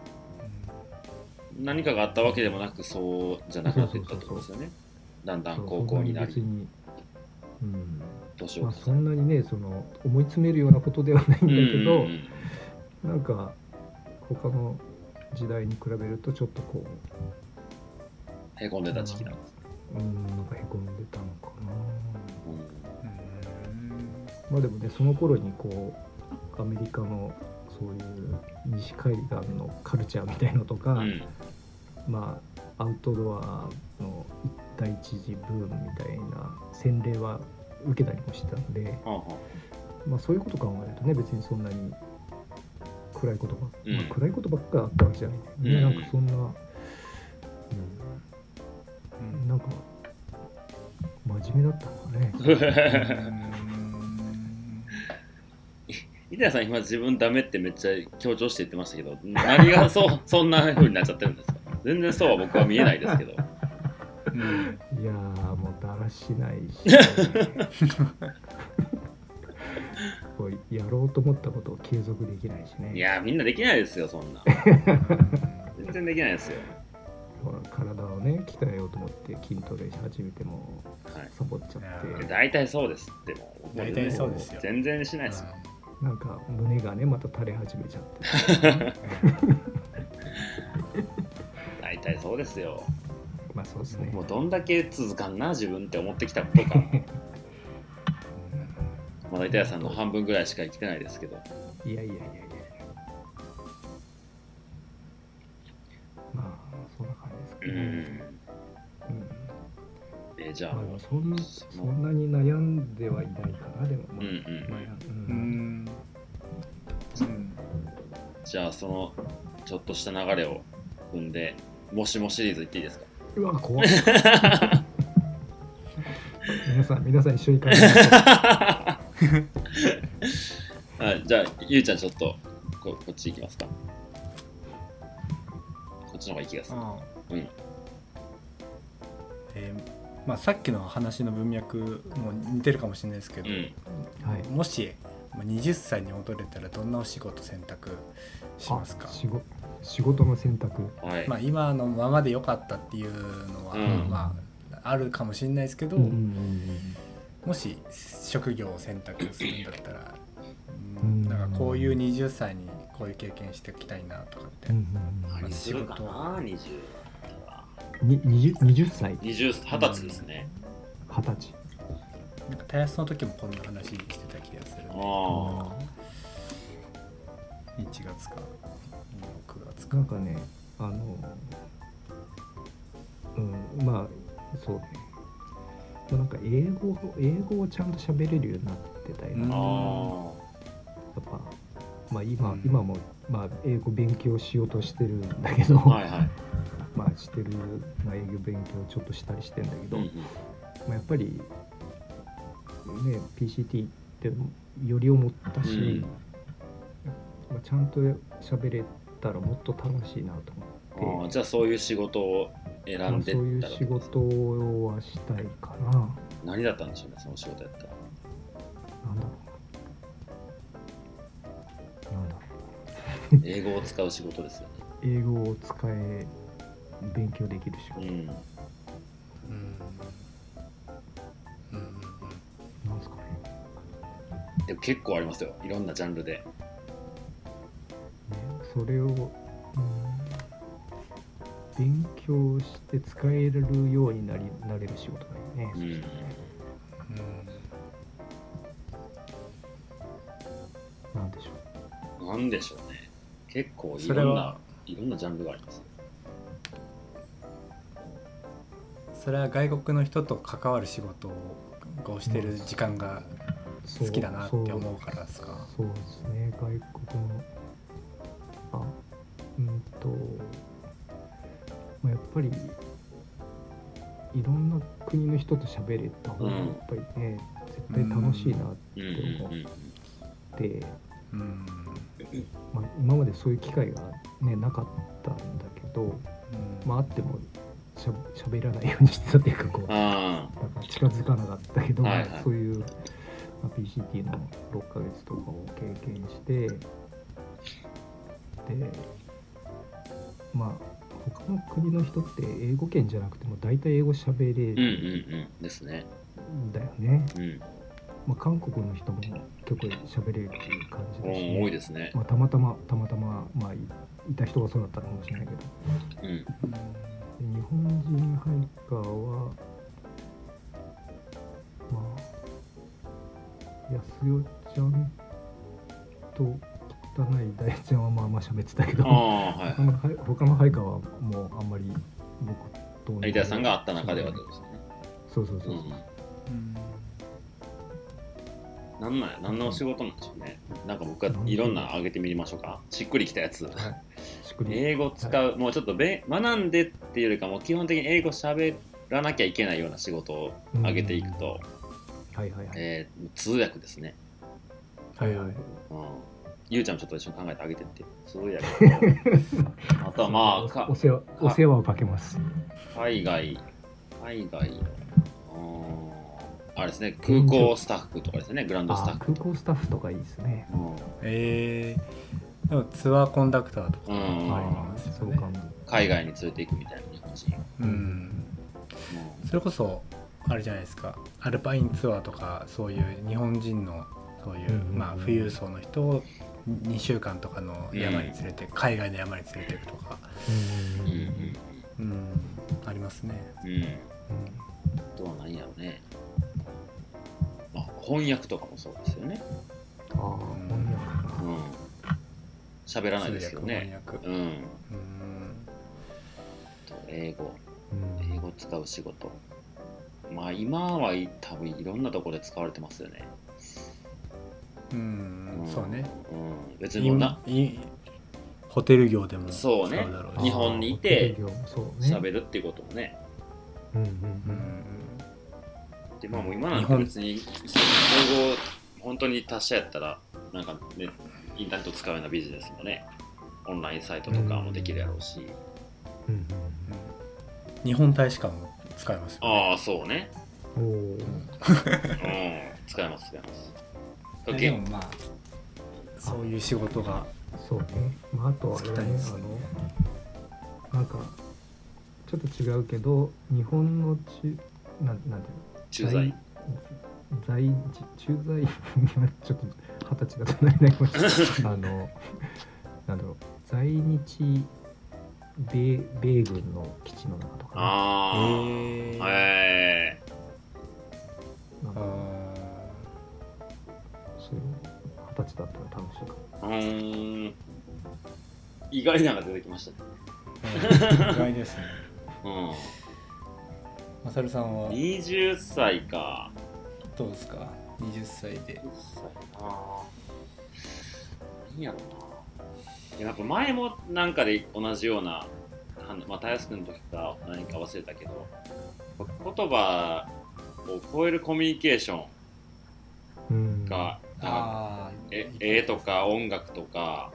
何かがあったわけでもなくそうじゃなくなっていったってことですよね。だんだん高校になりそうそんなに別に、うんまあ、 年を重ねそんなにねその思い詰めるようなことではないんだけど、 うんなんか他の時代に比べるとちょっとこへこんでた時期なんです。 う、うん、なんかへこんでたのかな。 うんまあでもねその頃にこうアメリカのそういう西海岸のカルチャーみたいのとか、 うんまあアウトドアの一対一時ブームみたいな洗礼は受けたりもしてたので、 はあはまあ、そういうこと考えるとね別にそんなに暗いことばっか、 うんまあ、暗いことばっかあったわけじゃないんだよね、 うんなんかそんな、うん、なんか真面目だったのかね。 井田さん今自分ダメってめっちゃ強調して言ってましたけど、何がそうそんな風になっちゃってるんですか？全然そうは僕は見えないですけど。 うんいやーもうだらしないし、こうやろうと思ったことを継続できないしね。 いやーみんなできないですよそんな。全然できないですよ。 ほら体をね鍛えようと思って筋トレし始めてもはい。 サボっちゃって、 大体そうですってもう大体そうですよ。 全然しないですよ。 なんか胸がねまた垂れ始めちゃって大体そうですよ。 まあそうですね。 もうどんだけ続かんな自分って思ってきたことか。まだ板谷さんの半分ぐらいしか生きてないですけど。 いやいやいやいや。まあそんな感じですけど、 うん。 うんえーじゃあまあ、でもうもそんなそんなに悩んではいないかなでも、まあうんうん悩んううんんじゃあそのちょっとした流れを踏んでもしもシリーズいっていいですか？ うわ怖い皆さん皆さん一緒に考えましょうはいじゃあゆうちゃんちょっと こ, こっち行きますか？こっちの方がいい気がする。 ああうんえーまあ、さっきの話の文脈も似てるかもしれないですけど、 うんはいもしまあはたちに戻れたらどんなお仕事選択しますか？ あ仕事仕事の選択、 はいまあ、今のままで良かったっていうのは、 うんまあ、あるかもしれないですけど、 うんうんうんもし職業を選択するんだったら、ううんん、なんかこういうはたちにこういう経験しておきたいなとかって、 うんうんうん何するかなにじゅうににじゅう にじゅっさいにじゅうはたちですね。 はたちなんかたやすの時もこんな話してた気がする、ね、 あいちがつかくがつかなんかねあのうんまあそうねなんか英語英語をちゃんと喋れるようになってたりな、 うんああやっぱまあ今、 うん今もまあ英語勉強しようとしてるんだけど、 あはいはい。 まあしてる、まあ、英語勉強ちょっとしたりしてんだけど、 うんうんまあ、やっぱりね ピーシーティー ってより思ったし、まあ、ちゃんと喋れたらもっと楽しいなと思って、 あーじゃあそういう仕事を選まあ、 んでそういうったら仕事はしたいかな。 何だったんでしょうねその仕事やったら。 なんだろうななんだろ英語を使う仕事ですよね。 う英語を使え勉強できる仕事、 うん。 うんうんうんなんですかね。 でも結構ありますよいろんなジャンルで。 ねそれを、うん、勉強して使えるようになりなれる仕事だよね。 うん。 なんでしょなんでしょうね。結構いそれろんなはいろんなジャンルがありますよ。 それは外国の人と関わる仕事をしてる時間がう。 好きだなってそう思うからですか？ そうですね。外国のあうんと、まあ、やっぱりいろんな国の人と喋れた方がやっぱりね、絶対楽しいなってうんうん思っうん。 て、 うんまあ、今までそういう機会が、ね、なかったんだけど、まあ、あってもしゃ喋らないようにしてたっていうかこうあなんか近づかなかったけど、 はいはいそういうまあ、ピーシーティー のろっかげつとかを経験してでまあ他の国の人って英語圏じゃなくても大体英語喋れるうんうんうんですね。 んだよね、 うん。 まあ、韓国の人も結構喋れるっていう感じだし、 多いですね。 まあ、たまたまたまたま、まあ、い, いた人がそうだったのかもしれないけど、 うん。 で日本人ハイカーはまあ安代ちゃんと汚い大ちゃんはまあまあ喋ってたけど、 ああ、はい。 他のハイ他のハイカーはもうあんまり僕と有田さんがあった中ではどうですね。 そうそうそうそう、 うん。 うんなんなんや、何の仕事なんでしょうね。なんか僕はいろんな挙げてみましょうか。しっくりきたやつ。 はい、しっくり英語使う、 はい、 もうちょっとべ学んでっていうよりかも基本的に英語喋らなきゃいけないような仕事を挙げていくと、 はいはいはい、 えー通訳ですね。 はいはい、 うん。ゆうちゃんちょっと一緒に考えてあげてって。通訳。あとはまあかお世話お世話をかけます。 海外、海外の、あれですね、空港スタッフとかですね、グランドスタッフ。 空港スタッフとかいいですね。 うん、 えー、でもツアーコンダクターとかうんありますよね。 そうかも。 海外に連れて行くみたいな日本人。 うん、 うんそれこそあれじゃないですか、アルパインツアーとかそういう日本人のそういう、 うんまあ、富裕層の人をにしゅうかんとかの山に連れて、うん、海外の山に連れていくとか、 うんうんうん、ありますね。 うんうん、どうなんやろうね。あ、翻訳とかもそうですよね。 ああ、翻訳。 うん。喋らないですけどね。 翻訳。 うん。 うん。 と英語、 うん、 英語使う仕事。まあ今は多分いろんなところで使われてますよね。 うん、 うん、 そうね。 うん、別にな。 ホテル業でも使うだろうし。そうね。日本にいて喋るっていうこともね。 うんうんうん。 でまあもう今なんて別に英語本当に達者やったらなんかねインターネット使うようなビジネスもねオンラインサイトとかもできるやろうし、 うんうんうん、 日本大使館も使えますよね。 ああそうね。 おお、うん、 使えます使えます。 でもまあそういう仕事がそうね。まああとはね、あのなんかちょっと違うけど日本のちなんなんていうの駐在在駐在今ちょっと二十歳だとなりなりましたあのなんだろう在日米米軍の基地の中とか、ね、 ああへえー、なんかそういう二十歳だったら楽しいかも。 うーん意外なのが出てきましたね。 意外ですね。 うん。 マサルさんははたちか。 どうですか？はたちで。 はたちなあ。何やろうな。やっぱ前もなんかで同じような、まあたやすくんの時か何か忘れたけど、言葉を超えるコミュニケーションが、うん、あえ絵とか音楽とか、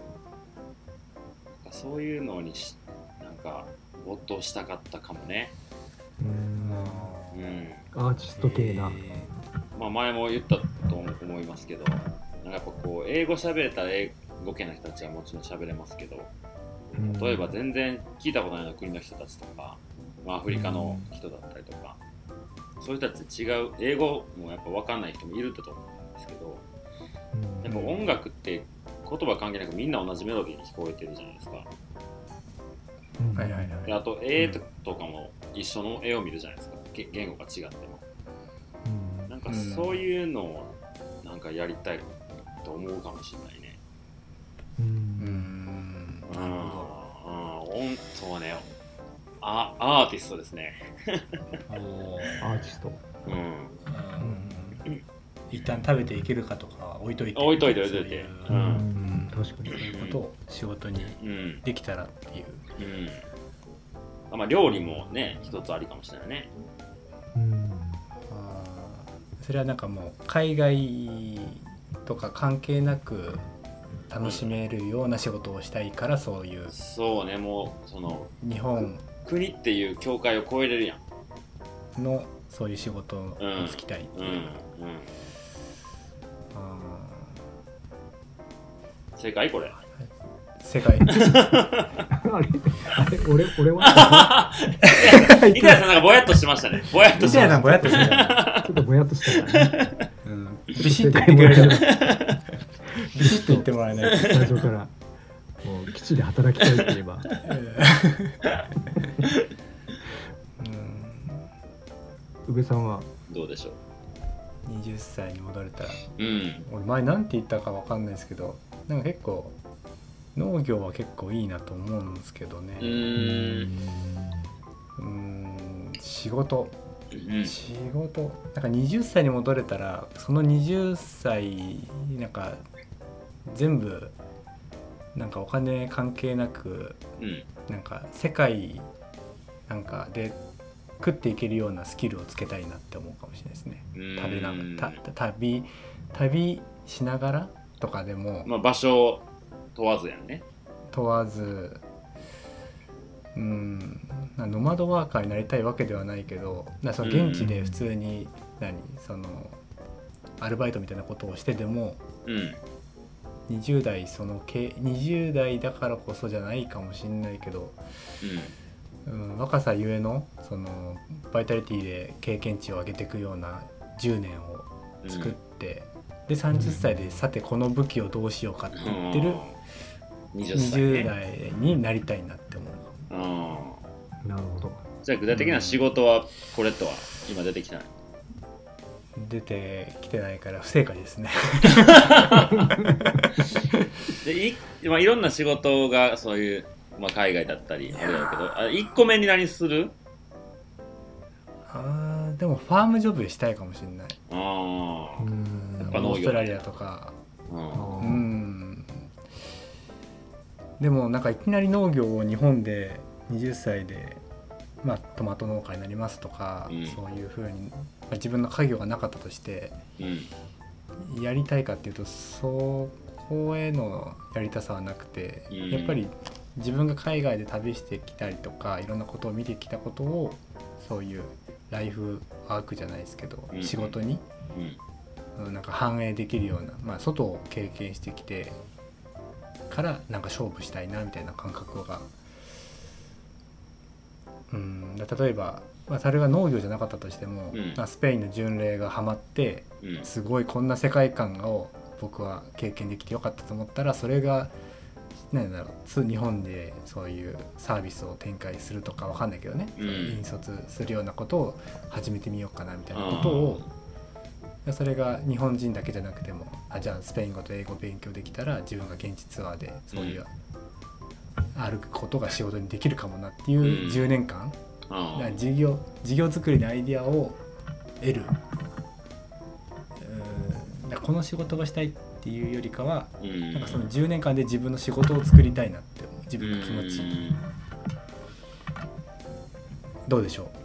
そういうのにしなんか没頭したかったかもね。 うんうん、 アーティスト系な、 まあ、前も言ったと思いますけど、なんかやっぱこう英語喋れたら英語圏の人たちはもちろん喋れますけど、例えば全然聞いたことないような国の人たちとか、まあ、アフリカの人だったりとか、そういう人たち違う英語もやっぱ分かんない人もいると思うんですけど、やっぱ音楽って言葉関係なくみんな同じメロディーに聞こえてるじゃないですか。 はいはいはい、 であと絵とかも一緒の絵を見るじゃないですか、言語が違っても、うん、なんかそういうのをなんかやりたいと思うかもしれないね。 うんうんなるほど。うん、そうね、あアーティストですね。 アーティスト、 うんうん、一旦食べていけるかとか置いといて置いといて置いといて、 うんうん、確かにそういうことを仕事にできたらっていう、 うんうん、まあ料理もね一つありかもしれないね。 うん、あそれはなんかもう海外とか関係なく楽しめるような仕事をしたいから、そういう、うん、 そうね、もうその日本国っていう境界を越えれるやんのそういう仕事をつきたいっていう、うんうんうん、 正解これ。 正解。 あれあれ俺俺は板谷さんなんかぼやっとしてましたね。ぼやっとしてました。 板谷さんぼやっとしてた。 ちょっとぼやっとしたからね。 うん、ビシッと言ってくれる。ビシッと言ってもらえない。 最初からもう基地で働きたいって言えば。宇部さんはどうでしょう。 はたちに戻れたら、 うん、 俺前なんて言ったかわかんないですけど、なんか結構農業は結構いいなと思うんですけどね。 うーんうーん仕事、 うん、 仕事なんかはたちに戻れたら、そのはたちなんか全部なんかお金関係なく、 うん、 なんか世界なんかで食っていけるようなスキルをつけたいなって思うかもしれないですね。食べながらた旅旅しながらとかでも、 まあ、場所問わずやんね。 問わず、うん、ノマドワーカーになりたいわけではないけど、その現地で普通に何そのアルバイトみたいなことをしてでも、 うん、 にじゅう代そのにじゅう代だからこそじゃないかもしれないけど、うん、若さゆえのそのバイタリティで経験値を上げていくようなじゅうねんを作って、うん、でさんじゅっさいでさてこの武器をどうしようかって言ってるにじゅう代になりたいなって思う。 うん、なるほど。 じゃあ具体的な仕事はこれとは今出てきたない？ 出てきてないから不正解ですね。 で い,、まあ、いろんな仕事がそういう、まあ、海外だったりあれだけど、あいっこめに何する？ あでもファームジョブしたいかもしれない。 あうんオーストラリアとか。うんうんでもなんかいきなり農業を日本ではたちで、まあ、トマト農家になりますとか、うん、そういうふうに、まあ、自分の家業がなかったとして、うん、やりたいかっていうとそこへのやりたさはなくて、うん、やっぱり自分が海外で旅してきたりとかいろんなことを見てきたことをそういうライフワークじゃないですけど、うん、仕事に、うん、なんか反映できるような、まあ、外を経験してきてからなんか勝負したいなみたいな感覚が、うん、例えば、まあ、それが農業じゃなかったとしても、うんまあ、スペインの巡礼がハマって、うん、すごいこんな世界観を僕は経験できてよかったと思ったらそれが何だろう日本でそういうサービスを展開するとかわかんないけどね、うん、引率するようなことを始めてみようかなみたいなことをそれが日本人だけじゃなくてもあじゃあスペイン語と英語勉強できたら自分が現地ツアーでそういう、うん、歩くことが仕事にできるかもなっていうじゅうねんかん、うん、事業事業作りのアイディアを得る、うん、だこの仕事がしたいっていうよりかは、うん、なんかそのじゅうねんかんで自分の仕事を作りたいなって自分の気持ち、うん、どうでしょう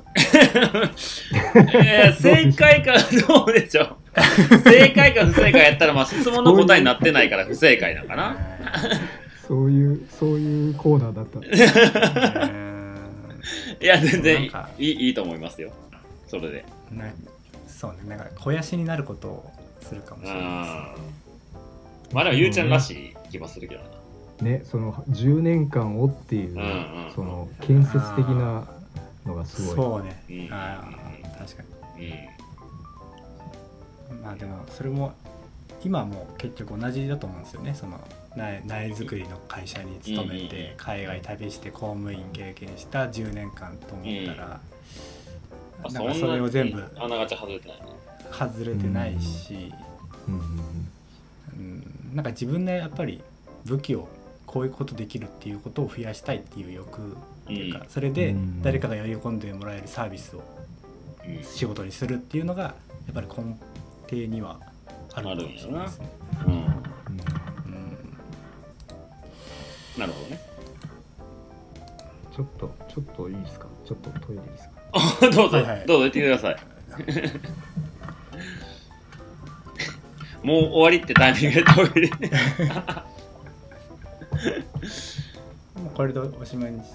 えー、正解かどうでしょう正解か不正解やったら、まあ、質問の答えになってないから不正解なのかなそういうそういうコーナーだったいや全然い い, いいと思いますよそれでなそうねなんか肥やしになることをするかもしれないですね。 まあでもゆうちゃんらしい気もするけどなねそのじゅうねんかんをっていう、うんうん、その建設的なのがすごいそうね、うん、あ確かに、うん、まあでもそれも今も結局同じだと思うんですよね。その苗作りの会社に勤めて海外旅して公務員経験したじゅうねんかんと思ったら、うん、なんかそれを全部あながち外れてないね外れてないし、うんうん、なんか自分でやっぱり武器をこういうことできるっていうことを増やしたいっていう欲っていうか、うん、それで誰かが喜んでもらえるサービスを仕事にするっていうのがやっぱり根底にはあるかもしれないですね。うんうん、 なるほどね。 ちょっとちょっといいですか。ちょっとトイレいいですか。 どうぞ、はいはい、どうぞ言ってください。もう終わりってタイミングでトイレ。 これでおしまいにし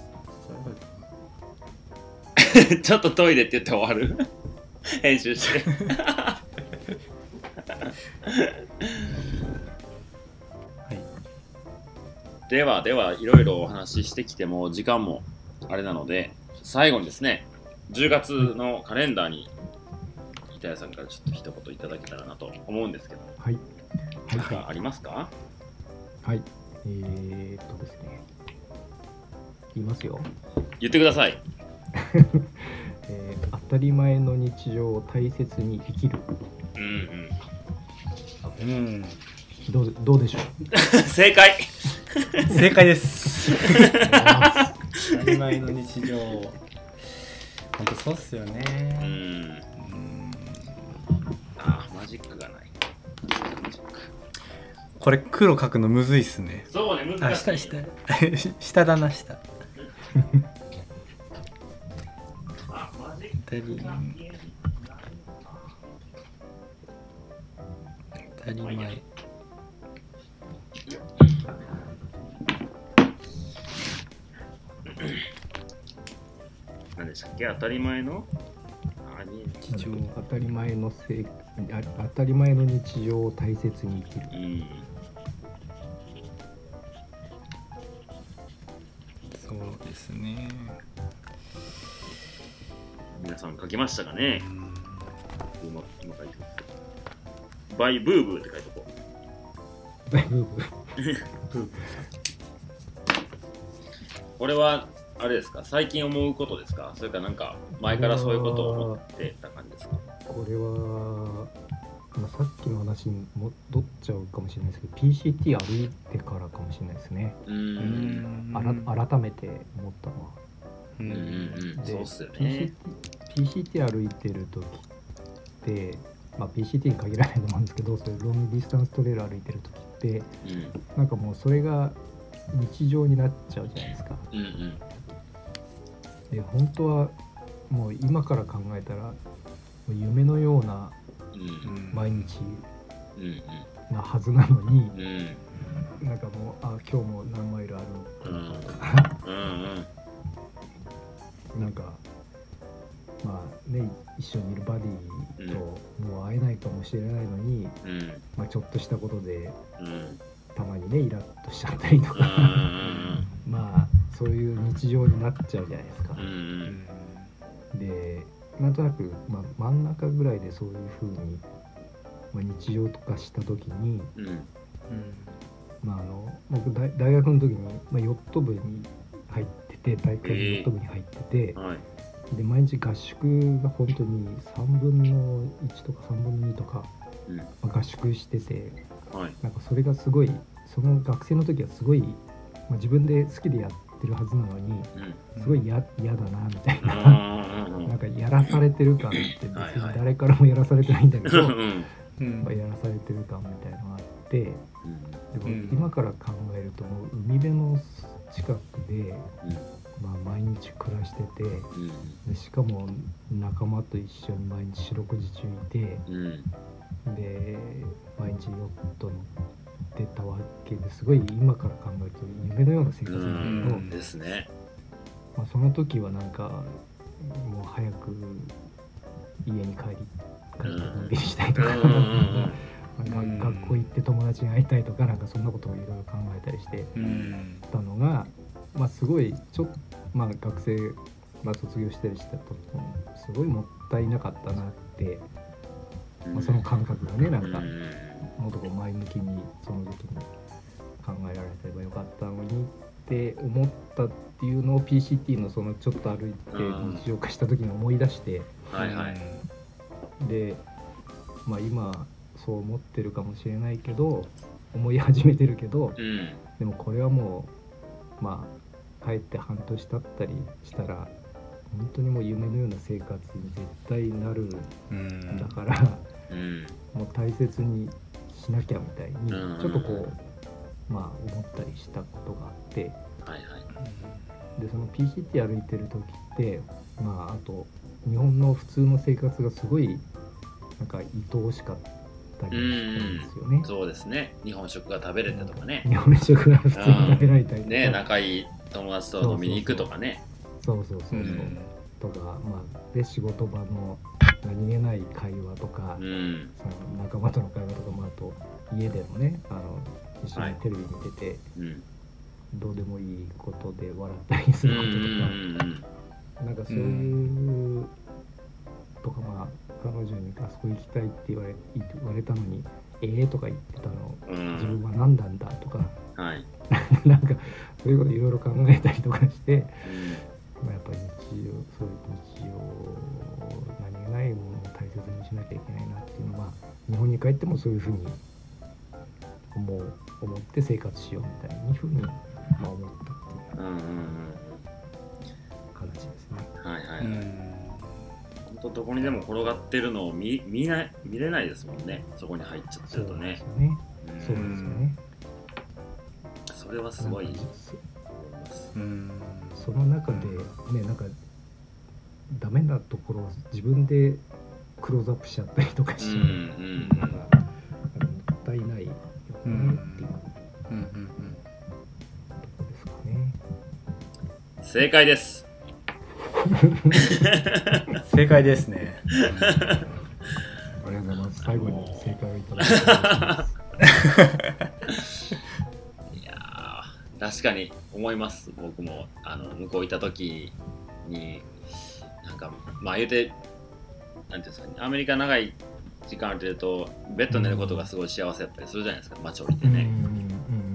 ちょっとトイレって言って終わる編集してはいではではいろいろお話ししてきても時間もあれなので、最後にですね、じゅうがつのカレンダーに板谷さんからちょっと一言いただけたらなと思うんですけど、 はい。 何かありますか？ はい。えー、っとですね。言いますよ。 言ってください。 えー、当たり前の日常を大切に生きる。 うんうん。 どうどうでしょう。 うん。正解。 正解です。当たり前の日常。本当そうっすよね。 うん。 うん。 あー、マジックがない。マジック。 これ黒書くのむずいっすね。 そうね、難あ、 しい。 下下下だな下。 あ、マジッ当たり当たり前。 何でしたっけ？当たり前の日常。 当たり前のせいあ当たり前の日常を大切に生きる。 うん。 そうですね。 皆さん書きましたかね？今今書いてます。バイブーブーって書いておこう。 だいぶこれはあれですか？最近思うことですか？それかなんか前からそういうことを思ってた感じですか？ これは、まあ、さっきの話に戻っちゃうかもしれないですけど ピーシーティー 歩いてからかもしれないですね。 うーん。 あら改めて思ったのは。 うんうんうんうん。 でそうっすよピーシーね。 ピーシーティー 歩いてる時って、まあ、ピーシーティー に限らないと思うんですけど、そういうロングディスタンストレイル歩いてる時ってうんなんかもうそれが日常になっちゃうじゃないですか。 うんうんで本当はもう今から考えたらもう夢のようなうん毎日うんうんなはずなのに、 うんなんかもうあ今日も何マイルあるうんのかとか、 うんうんなんかまあね一緒にいるバディともう会えないかもしれないのに、 うんまあ、ちょっとしたことでうんたまにねイラッとしちゃったりとうんかまあそういう日常になっちゃうじゃないですか。 うんうんでなんとなく、まあ、真ん中ぐらいでそういう風に、まあ、日常とかした時に、 うんまあ、あの僕大大学の時に、まあ、ヨット部に入ってて大会のヨット部に入ってて、 はいで毎日合宿が本当にさんぶんのいちとかさんぶんのにとか、 うんまあ、合宿しててはいなんかそれがすごいその学生の時はすごい、まあ、自分で好きでやってるはずなのにうんすごい嫌だなみたいな。 あなんかやらされてる感って別はいはいに誰からもやらされてないんだけど、 うんうんまあやらされてる感みたいなのがあって、でもうん今から考えるともう海辺の近くで、まあ、毎日暮らしてて、でしかも仲間と一緒に毎日四六時中いて、 うんうんで毎日ヨット乗ってたわけですごい今から考えると夢のような生活うなんだけど、 んですね。 まあ、その時はなんかもう早く家に帰り帰ってのんびりしたいとか、 うんうんうんなんか学校行って友達に会いたいとかなんかそんなことをいろいろ考えたりしてうんたのが、まあ、すごいちょっと、まあ、学生、まあ、卒業したりした時にすごいもったいなかったなって、 うんまあ、その感覚がねなんかうんもっとこう前向きにその時に考えられてればよかったのにって思ったっていうのを ピーシーティー のそのちょっと歩いて日常化した時に思い出して、 はいはい。 で、まあ、今そう思ってるかもしれないけど思い始めてるけどうんでもこれはもうまあ帰って半年経ったりしたら本当にもう夢のような生活に絶対なるんだから、 うんもう大切にしなきゃみたいにうんちょっとこうまあ思ったりしたことがあって、 はいはい。 でその ピーシーティー 歩いてる時ってまああと日本の普通の生活がすごいなんか愛おしかったりしたんですよね。 そうですね。日本食が食べれてとかね。 日本食が普通に食べられたりとか、 ね、仲いい友達と飲みに行くとかね。 そうそうそうそう、 うんとかまあで仕事場の何気ない会話とか、 うんその仲間との会話とかもあと家でもねあの一緒にテレビ見てて、 うんどうでもいいことで笑ったりすることとか、なんかそういうとか、まあ彼女にあそこ行きたいって言われ言われたのにええー、とか言ってたの、うん、自分は何なんだとか、 はい、 なんかそういうこといろいろ考えたりとかして、うん、まあ、やっぱり日常そういう日常何気ないものを大切にしなきゃいけないなっていうのは、まあ、日本に帰ってもそういうふうに思う思って生活しようみたいなふうに、まあ、思ったっていう形ですね。 はいはい、うん、本当どこにでも転がってるのを 見, 見, ない見れないですもんね、そこに入っちゃってるとね。 そうですよね、うん、そうですよね。 それはすごい。 うん、その中でね、なんかダメなところを自分でクローズアップしちゃったりとかして、うんうん、なんかもったいないよねっていう、うんうんうん、ところですかね。 正解です。 正解ですね。 ありがとうございます。最後に正解をいただきます。 いや確かに思います。僕もあの向こう行った時になんかまあ言うてなんていうんですかね、アメリカ長い時間歩いてるとベッド寝ることがすごい幸せだったりするじゃないですか、街降りてね、うんうん、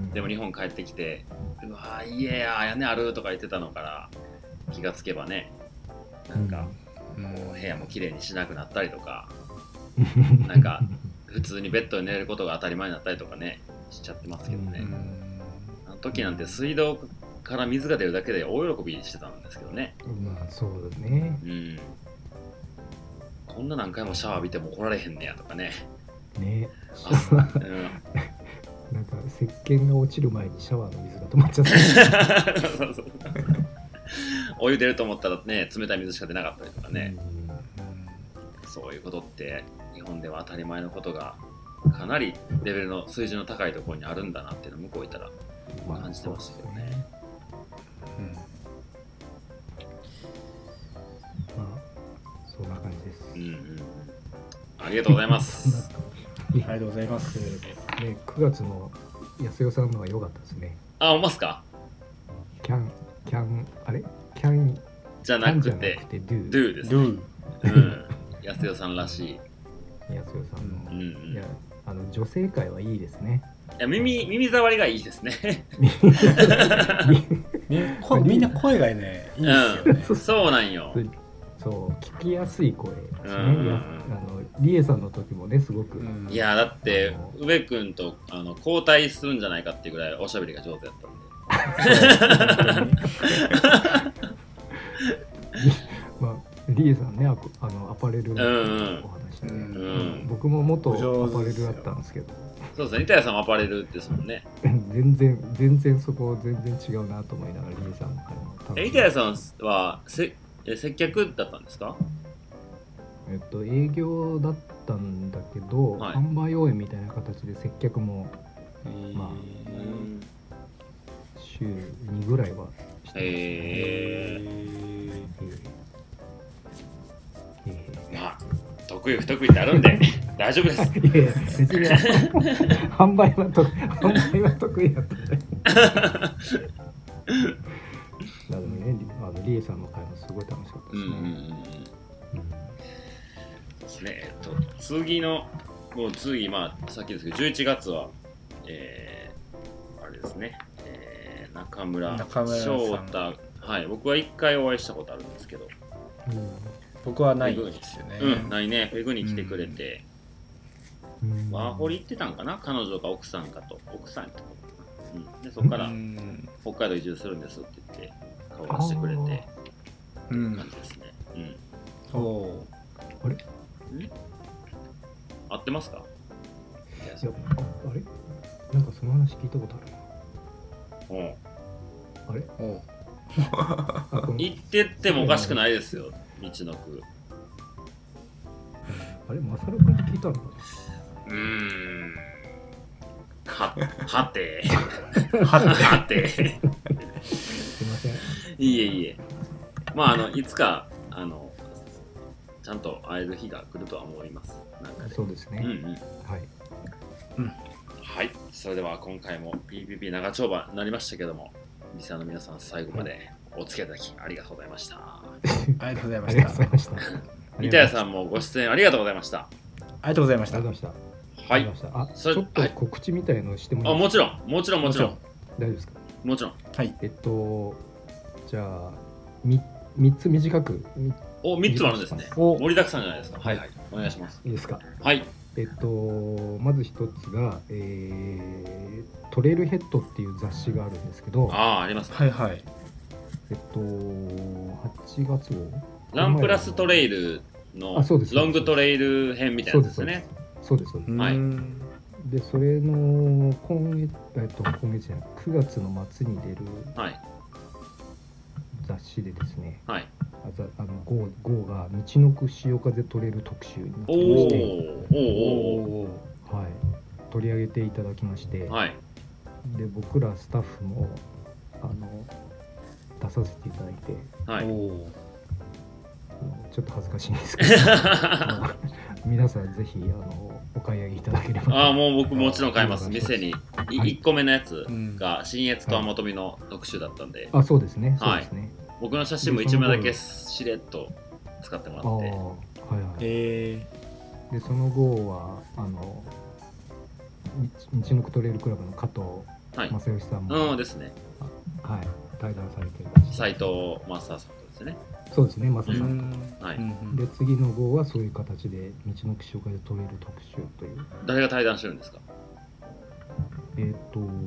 でも日本帰ってきてうわー家や屋根あるとか言ってたのから気がつけばね、なんか、うん、もう部屋も綺麗にしなくなったりとかなんか普通にベッドに寝ることが当たり前になったりとかねしちゃってますけどね、うん、あの時なんて水道から水が出るだけで大喜びしてたんですけどね。 まあそうだね、 うん、こんな何回もシャワー浴びても怒られへんねやとかね。 ね、うん、なんか石鹸が落ちる前にシャワーの水が止まっちゃったそうそうお湯出ると思ったらね冷たい水しか出なかったりとかね、うん、そういうことって日本では当たり前のことがかなりレベルの水準の高いところにあるんだなっていうのを向こういたら感じてましたけどね、まあ、うん、 まあそんな感じです、うんうん、 ありがとうございますありがとうございます、 えーね、くがつの安代さんのは良かったですね。 あ、ほんますか。 キャンキャンあれキャンじゃなくてドゥドゥですね、うん、安代さんらしい安代さんの、うんうん、いやあの女性会はいいですね。 いや 耳, 耳障りがいいですねみんな声がねいいですよね、 うん、そうなんよ。 そう聞きやすい声ですね、うんうんうん、あのリエさんの時もねすごく、うん、 いやだって宇部君とあの交代するんじゃないかっていうぐらいおしゃべりが上手だったんでまあリエさんね、あのアパレルのお話で、うんうん、僕も元アパレルだったんですけど、 そうですね、板谷さんもアパレルですもんね全然全然そこ全然違うなと思いながらリエさんの会も楽しみ。 板谷さんはせえ接客だったんですか？ えっと営業だったんだけど、はい、販売応援みたいな形で接客もまあ週にぐらいはしてましたね。へーまあ得意不得意ってあるんで大丈夫です。いやいや別に販売は得販売は得意だったんでなのでね、あのリエさんの会もすごい楽しかったですね。うんうんうん、 ですね。えっと次のもう次まあさっきですけどじゅういちがつは、えー、あれですね、えー、中村翔太、はい、僕は一回お会いしたことあるんですけど、 うん、僕はないですよね。 うん、ないね。ペグに来てくれて、うん、ワーホリ行ってたんかな、彼女か奥さんかと奥さんとか、うん、でそこから北海道移住するんですって言って顔出してくれてっていう感じですね。うん。 おあれ？ん？ 合ってますか？ いや、あれ？なんかその話聞いたことあるな。おあれ？お言ってってもおかしくないですよ、道のく。 あれ、マサル君に聞いたのかな？ うーん。は、はて。はて。すいません。 いえいえ。まあ、あの、いつか、あの、ちゃんと会える日が来るとは思います。なんかそうですね。 うんうん。はい。 うん。 はい。それでは今回も ピーピーピー 長丁場になりましたけども、 リスナーの皆さん最後までお付き合いいただきありがとうございました。 ありがとうございまありがとうごした。 ざいました。 板谷さんもご出演ありがとうございました。 ありがとうございましたありがとうございました。 はいありがとうございました。あ、 それちょっと告知みたいのしてもいいあ、 ですか？ もちろんもちろんもちろんも大丈夫ですか？ もちろん。 はい。 えっとじゃあみみっつ短くみお、みっつもあるんですね。 お盛りだくさんじゃないですか。はいはい。お願いします。 いいですか？ はい。 えっとまず一つが、えー、トレイルヘッドっていう雑誌があるんですけど、 ああ、ありますね。 はいはい。 えっとはちがつ号ランプラストレイルのあそうですロングトレイル編みたいなやつですね。 そうですそうです。 はいうーんでそれの今月えっと今月じゃないくがつの末に出るはい。 雑誌でですね、 はい。 あざあの号号が道のく潮風トレイル特集になっておまして、 ーおーおーはい、取り上げていただきまして、 おーはい。 で僕らスタッフもあの出させていただいて、 はい。 おーあのちょっと恥ずかしいんですけどあの皆さんぜひあのお買い上げいただければと。 ああ、もう僕もちろん買います。 お願いします店に。いはいいっこめのやつうんが新越川本美の特集だったんで、 あそうですねそうはいですね、 僕の写真もいちまいだけしれっと使ってもあらって。 あはいはい、 えでその号はあのみ道のくトレイルクラブの加藤はい。 正義さんも、 うんですね。 はい、対談されてるらしい斉藤マスターさんとですね。 そうですねマサー。 さ、 うんんはいうんうんで次の号はそういう形で道のく潮風トレイル特集という誰が対談してるんですか？ えっ、と、ま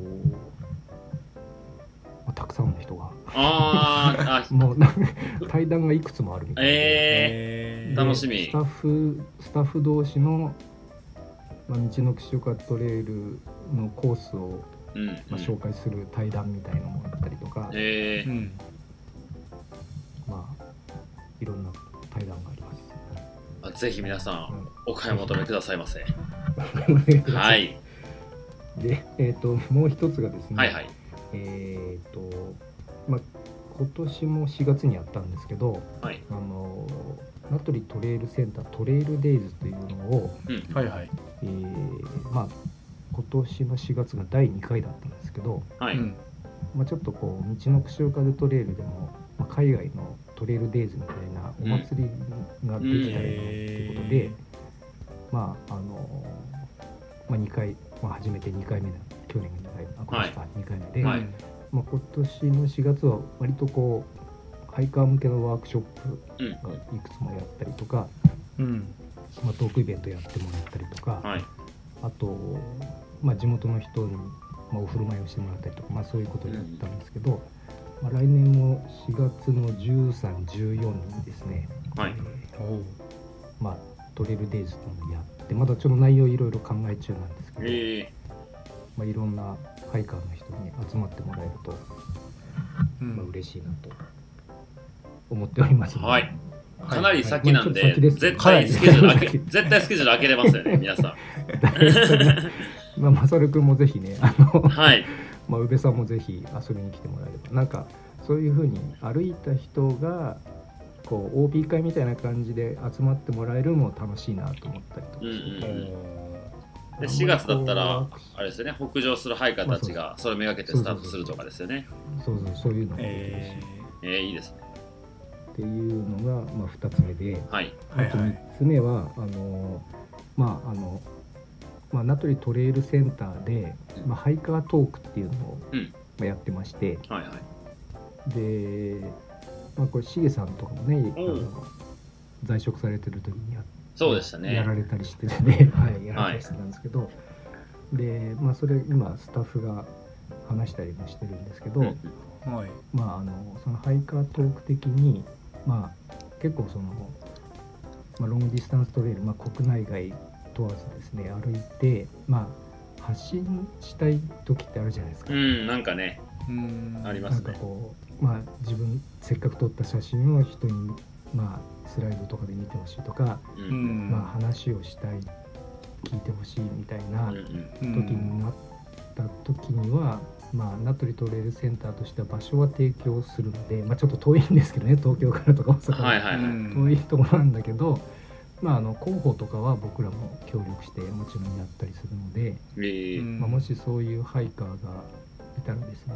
あ、たくさんの人があーあ、 もうな対談がいくつもあるみたいで、 えー、 で楽しみスタッフスタッフ同士の、まあ、道のく潮風トレイルのコースを、 うん、うんまあ、紹介する対談みたいなのもあったりとか、 えーうんまあいろんな対談があります。 あぜひ皆さんうんお買い求めくださいませ。 は。 はいい。 で、えっ、ともう一つがですね、 はいはい。 えっ、とまあ今年もしがつにやったんですけど、 はい。 あの名取トレイルセンタートレイルデイズというのを、 うん。 はいはい。 えーまあ今年のしがつがだいにかいだったんですけど、 はい。 うんまあ、ちょっとこう道のく潮風トレイルでも、まあ、海外のトレイルデイズみたいなお祭りができたらいいなということで、 うんまああの、まあ、にかい、まあ、初めてにかいめだ去年がにかいめあ今年かにかいめで、 はいまあ、今年のしがつは割とこうハイカー向けのワークショップうん。 がいくつもやったりとか、 うんまあ、トークイベントやってもらったりとか、 はい。 あと、まあ、地元の人に、まあ、お振る舞いをしてもらったりとか、まあ、そういうことをやったんですけど、まあ、来年もしがつのじゅうさん、じゅうよっかにですね、 はいえーおうまあ、トレイルデイズというのをやってまだちょっと内容いろいろ考え中なんですけど、 えまあ、いろんなハイカーの人に集まってもらえると、 うんまあ嬉しいなと思っておりますー、 ので、 はい。かなり先なんで、 まあちょっと先です絶対スケジュール開け、 はい絶対スケジュール開けれますよね、皆さまあ、マサル君もぜひねあの、 ん。はい。 まあ、宇部さんもぜひ遊びに来てもらえればなんかそういうふうに歩いた人がこう オービー 会みたいな感じで集まってもらえるのも楽しいなと思ったりとかうんして、 うんうん。 あんまりでしがつだったらこうあれですよね、北上するハイカーたちがそれめがけてスタートするとかですよね。 そうそうそういうのもできるし、 ええー、いいですね。 っていうのが、まあ、ふたつめで、 はい。 ー、はいあと3 はい。 つ目はあのまああのまあ、名取トレイルセンターで、まあ、ハイカートークっていうのを、 うんまあ、やってまして、 はいはい。 で、まあ、これしげさんとかもねあおうの在職されてる時にやそうでしたね。 やられたりしててね、はい、やられたりしてたんですけど、で、まあ、それ今スタッフが話したりもしてるんですけど、 うんはい。 まあ、あのそのハイカートーク的に、まあ、結構その、まあ、ロングディスタンストレイル、まあ、国内外問わずですね歩いて、まあ、発信したい時ってあるじゃないですか。 うん、なんかね、 うんなんかありますね。 こう、まあ、自分せっかく撮った写真を人に、まあ、スライドとかで見てほしいとか、 う。 うんんまあ、話をしたい聞いてほしいみたいなうんうん時になった時には、まあ、名取トレイルセンターとしては場所は提供するので、まあ、ちょっと遠いんですけどね東京からとか大阪から、 はいはいはい。 遠いところなんだけど、まあ、あの広報とかは僕らも協力してもちろんやったりするので、 えーまあ、もしそういうハイカーがいたらですね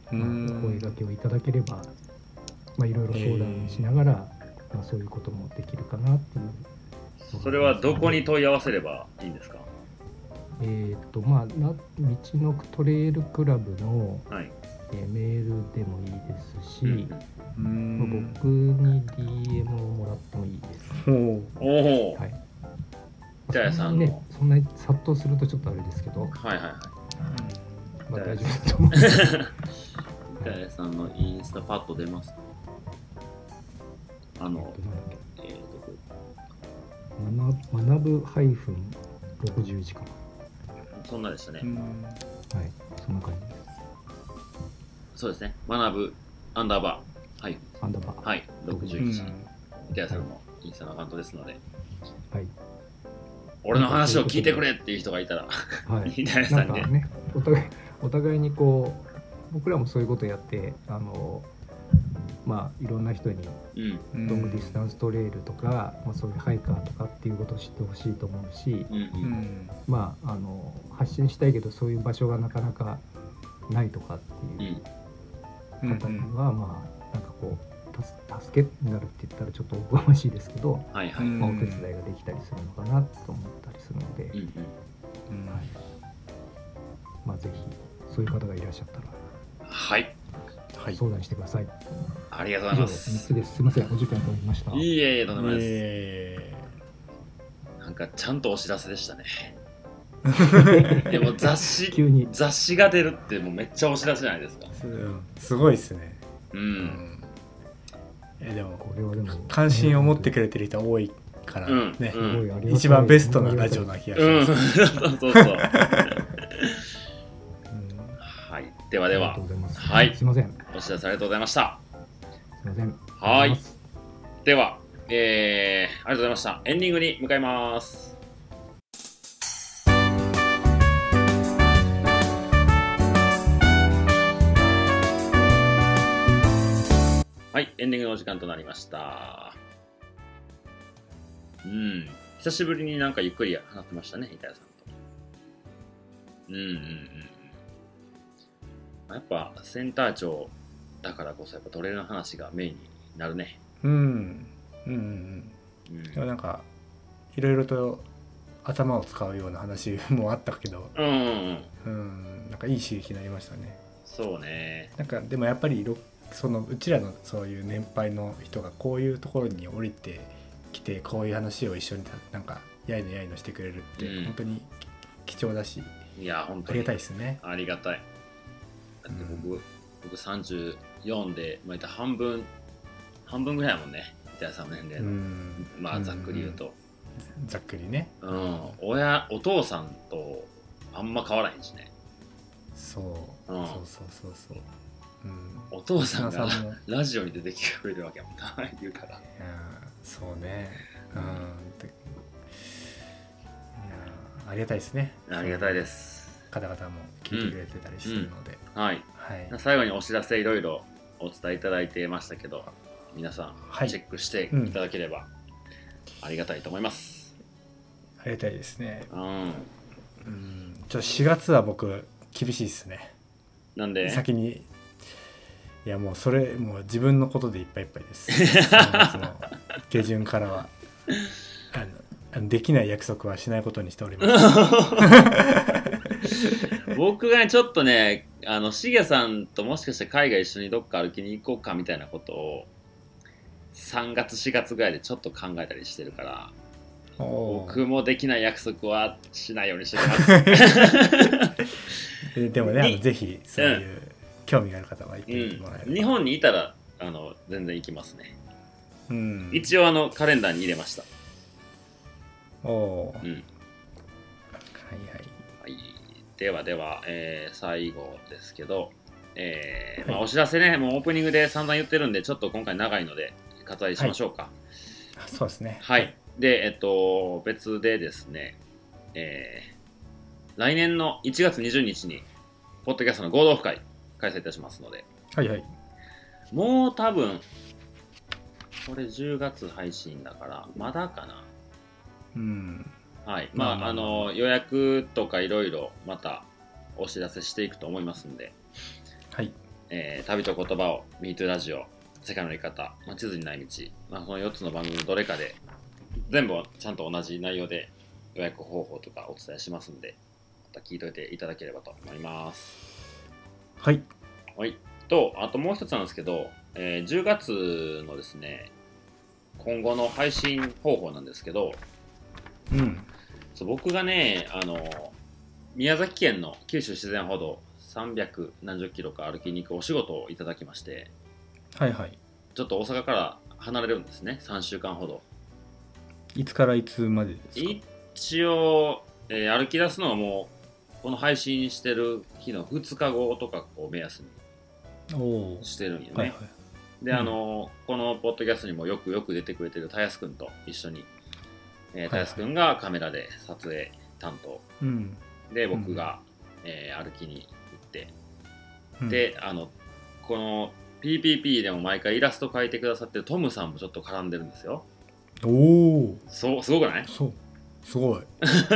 うまあ、おん声掛けをいただければ、まあ、いろいろ相談しながら、まあ、そういうこともできるかなっていうのが。 それはどこに問い合わせればいいんですか？ えーっとまあな道のくトレイルクラブの、 はい。 えーメールでもいいですし、 うんうまあん僕に ディーエム をもらってもいいです。 ほうおお、 はい。 じゃあさんのそんなにね、そんなに殺到するとちょっとあれですけど、 はいはいはい。 まあ大丈夫だと思う。 じゃあさんのインスタパッと出ますか？あの、 なんだっけえーと、 学学ぶハイフンろくじゅういちかな。 そんなでしたね。 うんはい、そんな感じです。 そうですね。学ぶアンダーバー。はい。 アンダーバー。 はい。ろくじゅういち。 うん板谷さんのインスタのアカウントですので、 はい。 俺の話を聞いてくれっていう人がいたら、 はい。 板谷なさんで。 んかね、お互いお互いにこう僕らもそういうことやってあのまあいろんな人にうん。 ロングディスタンストレイルとか、まあ、そういうハイカーとかっていうことを知ってほしいと思うし、 うんう。 うんんまああの発信したいけどそういう場所がなかなかないとかっていううん方には、まあなんかこう助助けになるって言ったらちょっとおこがましいですけど、 はいはい。 うんまあ、お手伝いができたりするのかなと思ったりするので、 うんうん。 うんはい、まあぜひそういう方がいらっしゃったらはい。 はい相談してください。 ありがとうございま以上みっす。 つです。すいません、お時間取りました。 いいえ、とんでもないです。 えなんかちゃんとお知らせでしたね。でも雑誌、 急に雑誌が出るってもうめっちゃお知らせじゃないですか。 ーすすごいですね。 う。 うんんえでもこれはでも関心を持ってくれてる人多いからうんね、 うんすごいありがたい一番ベストなラジオな気がしうん。 ます。 そうそうそう。 うんはい。ではではありがとう、ございます。 はいすいません。 お知らせありがとうございました。 すいません。 はいありがとうござますでは、えー、ありがとうございました。エンディングに向かいます。はい、エンディングのお時間となりました。うん、久しぶりになんかゆっくり話してましたね、板谷さんと。うんうんうんうん。やっぱセンター長だからこそやっぱトレールの話がメインになるね。 うんうんうんうんでもなんかいろいろと頭を使うような話もあったけど、 うんうんうん。 うんなんかいい刺激になりましたね。 そうね。 なんかでもやっぱりろそのうちらのそういう年配の人がこういうところに降りてきてこういう話を一緒になんかやいのやいのしてくれるってうん本当に貴重だし、 いや、本当にありがたいですね。 ありがたい。だって僕、僕さんじゅうよんで、まあ、半分、半分ぐらいやもんね。板谷さんの年齢うの。 んまあ、ざっくり言うと。 ざっくりね。 うん。親、お父さんとあんま変わらへんしね。 そう、 うんそうそうそうそう。うん。 お父さんが砂さんもラジオに出てきてくれるわけやもんな、言うから。 いやそうね。うん。でいやありがたいですね。 ありがたいです。 方々も聞いてくれてたりするので、 はい。 はい。 最後にお知らせいろいろお伝えいただいてましたけど、皆さはいんチェックしていただければありがたいと思います。 ありがたいですね。 うん。 うん。ちょっとしがつは僕厳しいですね。 なんで、 先にいやもうそれもう自分のことでいっぱいいっぱいですさんがつの下旬からはあのあのできない約束はしないことにしております僕がねちょっとねあのしげさんともしかして海外一緒にどっか歩きに行こうかみたいなことをさんがつしがつぐらいでちょっと考えたりしてるからおー僕もできない約束はしないようにしてますででもねあのにぜひそういう興味がある方は行ってみてもらえれば、 うん、日本にいたらあの全然行きますね、 うん、 一応あのカレンダーに入れました。 おー、 うん、 はいはいはい、ではでは、えー最後ですけど、えーまあ、 はいお知らせね、もうオープニングで散々言ってるんで、ちょっと今回長いので、割愛しましょうか。 あそうですねはい。で、えっと、別でですね、えー来年のいちがつにじゅうににちに、ポッドキャストの合同オフ会、開催いたしますので、 はいはいもう多分、これじゅうがつ配信だから、まだかな。 うんはい。まあ、 まあまあまああの、予約とかいろいろまたお知らせしていくと思いますんで、 はいえー、旅と言葉を MeToo ラジオ、世界のやり方、まあ、地図にない道、まあ、このよっつの番組のどれかで全部ちゃんと同じ内容で予約方法とかお伝えしますんで、また聞いといていただければと思います。 はい。 はい。と、あともう一つなんですけど、えー、じゅうがつのですね、今後の配信方法なんですけど、 うん。 そう僕がね、あの、宮崎県の九州自然歩道さんびゃくなんじゅっキロか歩きに行くお仕事をいただきまして、 はいはい。 ちょっと大阪から離れるんですね、さんしゅうかんほど。 いつからいつまでですか？ 一応、えー歩き出すのはもう、この配信してる日のふつかごとかを目安におお。 してるんよね。 はいはい。 で、 うんあの、このポッドキャストにもよくよく出てくれてるたやすくんと一緒に、えー、たやすくんがカメラで撮影担当うん。 で、僕が、えー歩きに行って、 うん、 で、あの、この ピーピーピー でも毎回イラスト描いてくださってるトムさんもちょっと絡んでるんですよ。 おお。 そう、すごくない？ そう。すごい。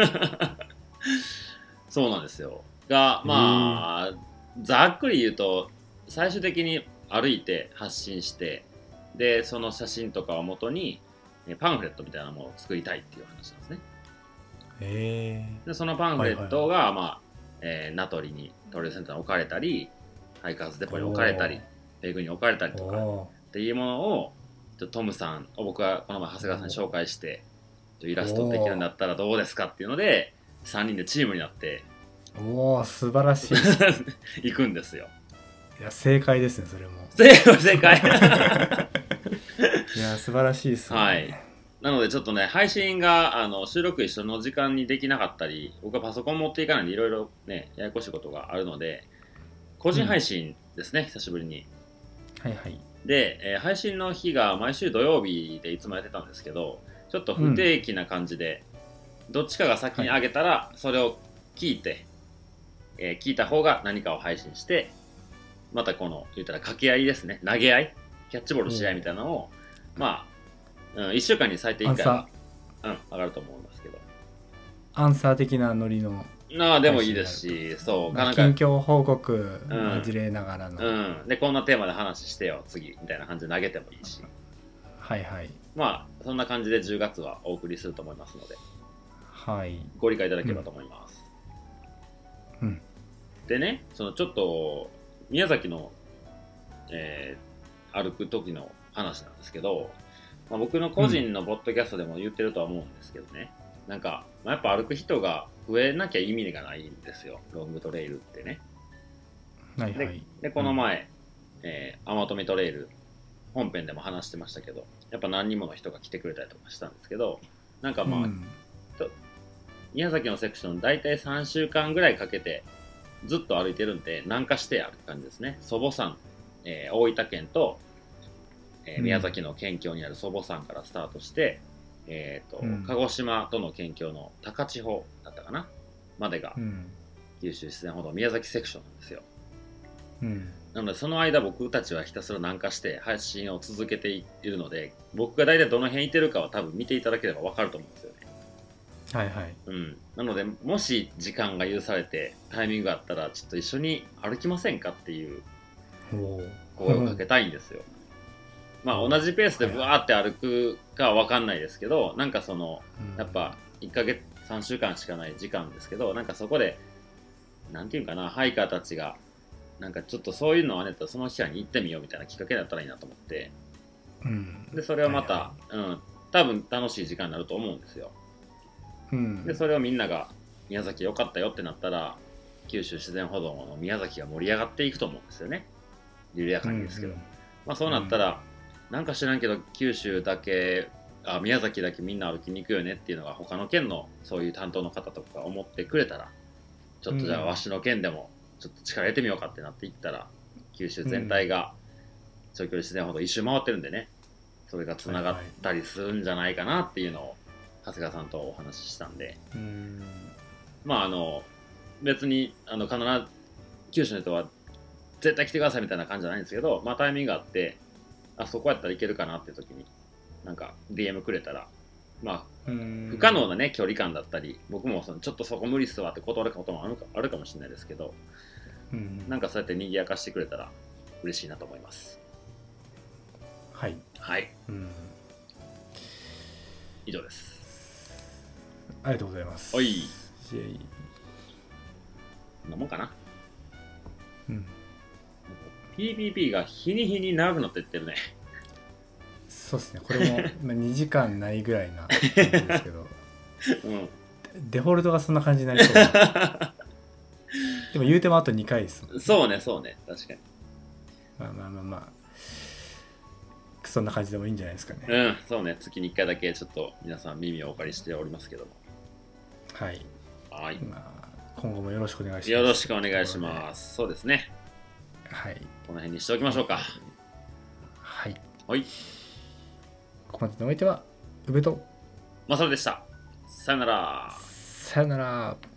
そうなんですよ。が、まあ、ざっくり言うと、最終的に歩いて発信して、で、その写真とかを元に、えパンフレットみたいなものを作りたいっていう話なんですね。 へえ。 で、そのパンフレットが、まあ、えー名取にトレールセンターに置かれたり、ハイカーズデポに置かれたり、ペグに置かれたりとかおっていうものを、ちょっとトムさんを僕はこの前長谷川さんに紹介して、ちょイラストできるんだったらどうですかっていうので、さんにんでチームになっておー、素晴らしい。 行くんですよ。 いや、正解ですね、それも。 正解。 いや、素晴らしいですね。 はい。なのでちょっとね、配信があの収録一緒の時間にできなかったり、僕はパソコン持っていかないんでいろいろね、ややこしいことがあるので、個人配信ですね、うん、久しぶりに。 はいはい。 で、えー配信の日が毎週土曜日でいつもやってたんですけど、ちょっと不定期な感じで、うん、どっちかが先に上げたら、それを聞いて、えー聞いた方が何かを配信して、またこの、言ったら掛け合いですね、投げ合い、キャッチボール試合みたいなのを、うん、まあ、うん、いっしゅうかんに最低いっかいは、うん、上がると思いますけど。 アンサー的なノリの。 なあ、でもいいですし、そう、 まあ、近況報告、うん、事例ながらの、 うん。で、こんなテーマで話してよ、次、みたいな感じで投げてもいいし。 はいはい。 まあ、そんな感じでじゅうがつはお送りすると思いますので、 はい。 ご理解いただければと思います。 うん。 でね、そのちょっと、宮崎の、えー歩く時の話なんですけど、まあ、僕の個人のポッドキャストでも言ってるとは思うんですけどね、なんか、まあ、やっぱ歩く人が増えなきゃ意味がないんですよ、ロングトレイルってね。 はいはい。 で、でこの前、うん、えー、天富トレイル、本編でも話してましたけど、やっぱ何人もの人が来てくれたりとかしたんですけど、なんかまあ、うん、と宮崎のセクション大体さんしゅうかんぐらいかけてずっと歩いてるんで、南下して歩く感じですね。祖母山、えー、大分県と、えー、宮崎の県境にある祖母山からスタートして、うん、えーとうん、鹿児島との県境の高千穂だったかなまでが、うん、九州自然歩道宮崎セクションなんですよ。うん、なのでその間僕たちはひたすら南下して発信を続けているので、僕が大体どの辺いてるかは多分見ていただければ分かると思うんですよね。 はいはい。 うん、なのでもし時間が許されてタイミングがあったらちょっと一緒に歩きませんかっていう声をかけたいんですよ。まあ同じペースでブワーって歩くかは分かんないですけど、なんかそのやっぱいっかげつさんしゅうかんしかない時間ですけど、なんかそこでなんていうかな、ハイカーたちがなんかちょっとそういうのはねとその視野に行ってみようみたいなきっかけだったらいいなと思って、うん、でそれをまた、はいはい、うん、多分楽しい時間になると思うんですよ。うん、でそれをみんなが宮崎良かったよってなったら、九州自然歩道の宮崎が盛り上がっていくと思うんですよね、緩やかにですけど、うんうん、まあそうなったら、うん、なんか知らんけど九州だけあ宮崎だけみんな歩きに行くよねっていうのが他の県のそういう担当の方とか思ってくれたら、ちょっとじゃあわしの県でもちょっと力入れてみようかってなっていったら、九州全体が長距離自然歩道一周回ってるんでね、それがつながったりするんじゃないかなっていうのを長谷川さんとお話ししたんで、うん、まああの別にあの必ず九州の人は絶対来てくださいみたいな感じじゃないんですけど、まあタイミングがあって、あそこやったらいけるかなっていう時になんか ディーエム くれたら、まあ不可能なね距離感だったり、僕もそのちょっとそこ無理っすわって断ることもあるか、あるかもしれないですけど、うん、なんかそうやって賑やかしてくれたら嬉しいなと思います。 はい、 はい、 うん、 以上です。 ありがとうございます。 おい、なもんかな。 うん、 ピーピーピー が日に日に長くなっていってるね。 そうですね、これもまあにじかんないぐらいな感じですけど、うん、デフォルトがそんな感じになりそうでも言うてもあとにかいですもん。 そうねそうね、確かに。 まあまあまあまあそんな感じでもいいんじゃないですかね。 うん、そうね、月にいっかいだけちょっと皆さん耳をお借りしておりますけども。 はい。 はい。 まあ、今後もよろしくお願いします。 よろしくお願いします。そうですね。 はい。 この辺にしておきましょうか。 はい。 はい。 ここまでのお相手は、宇部とマサルでした。さよなら。 さよなら。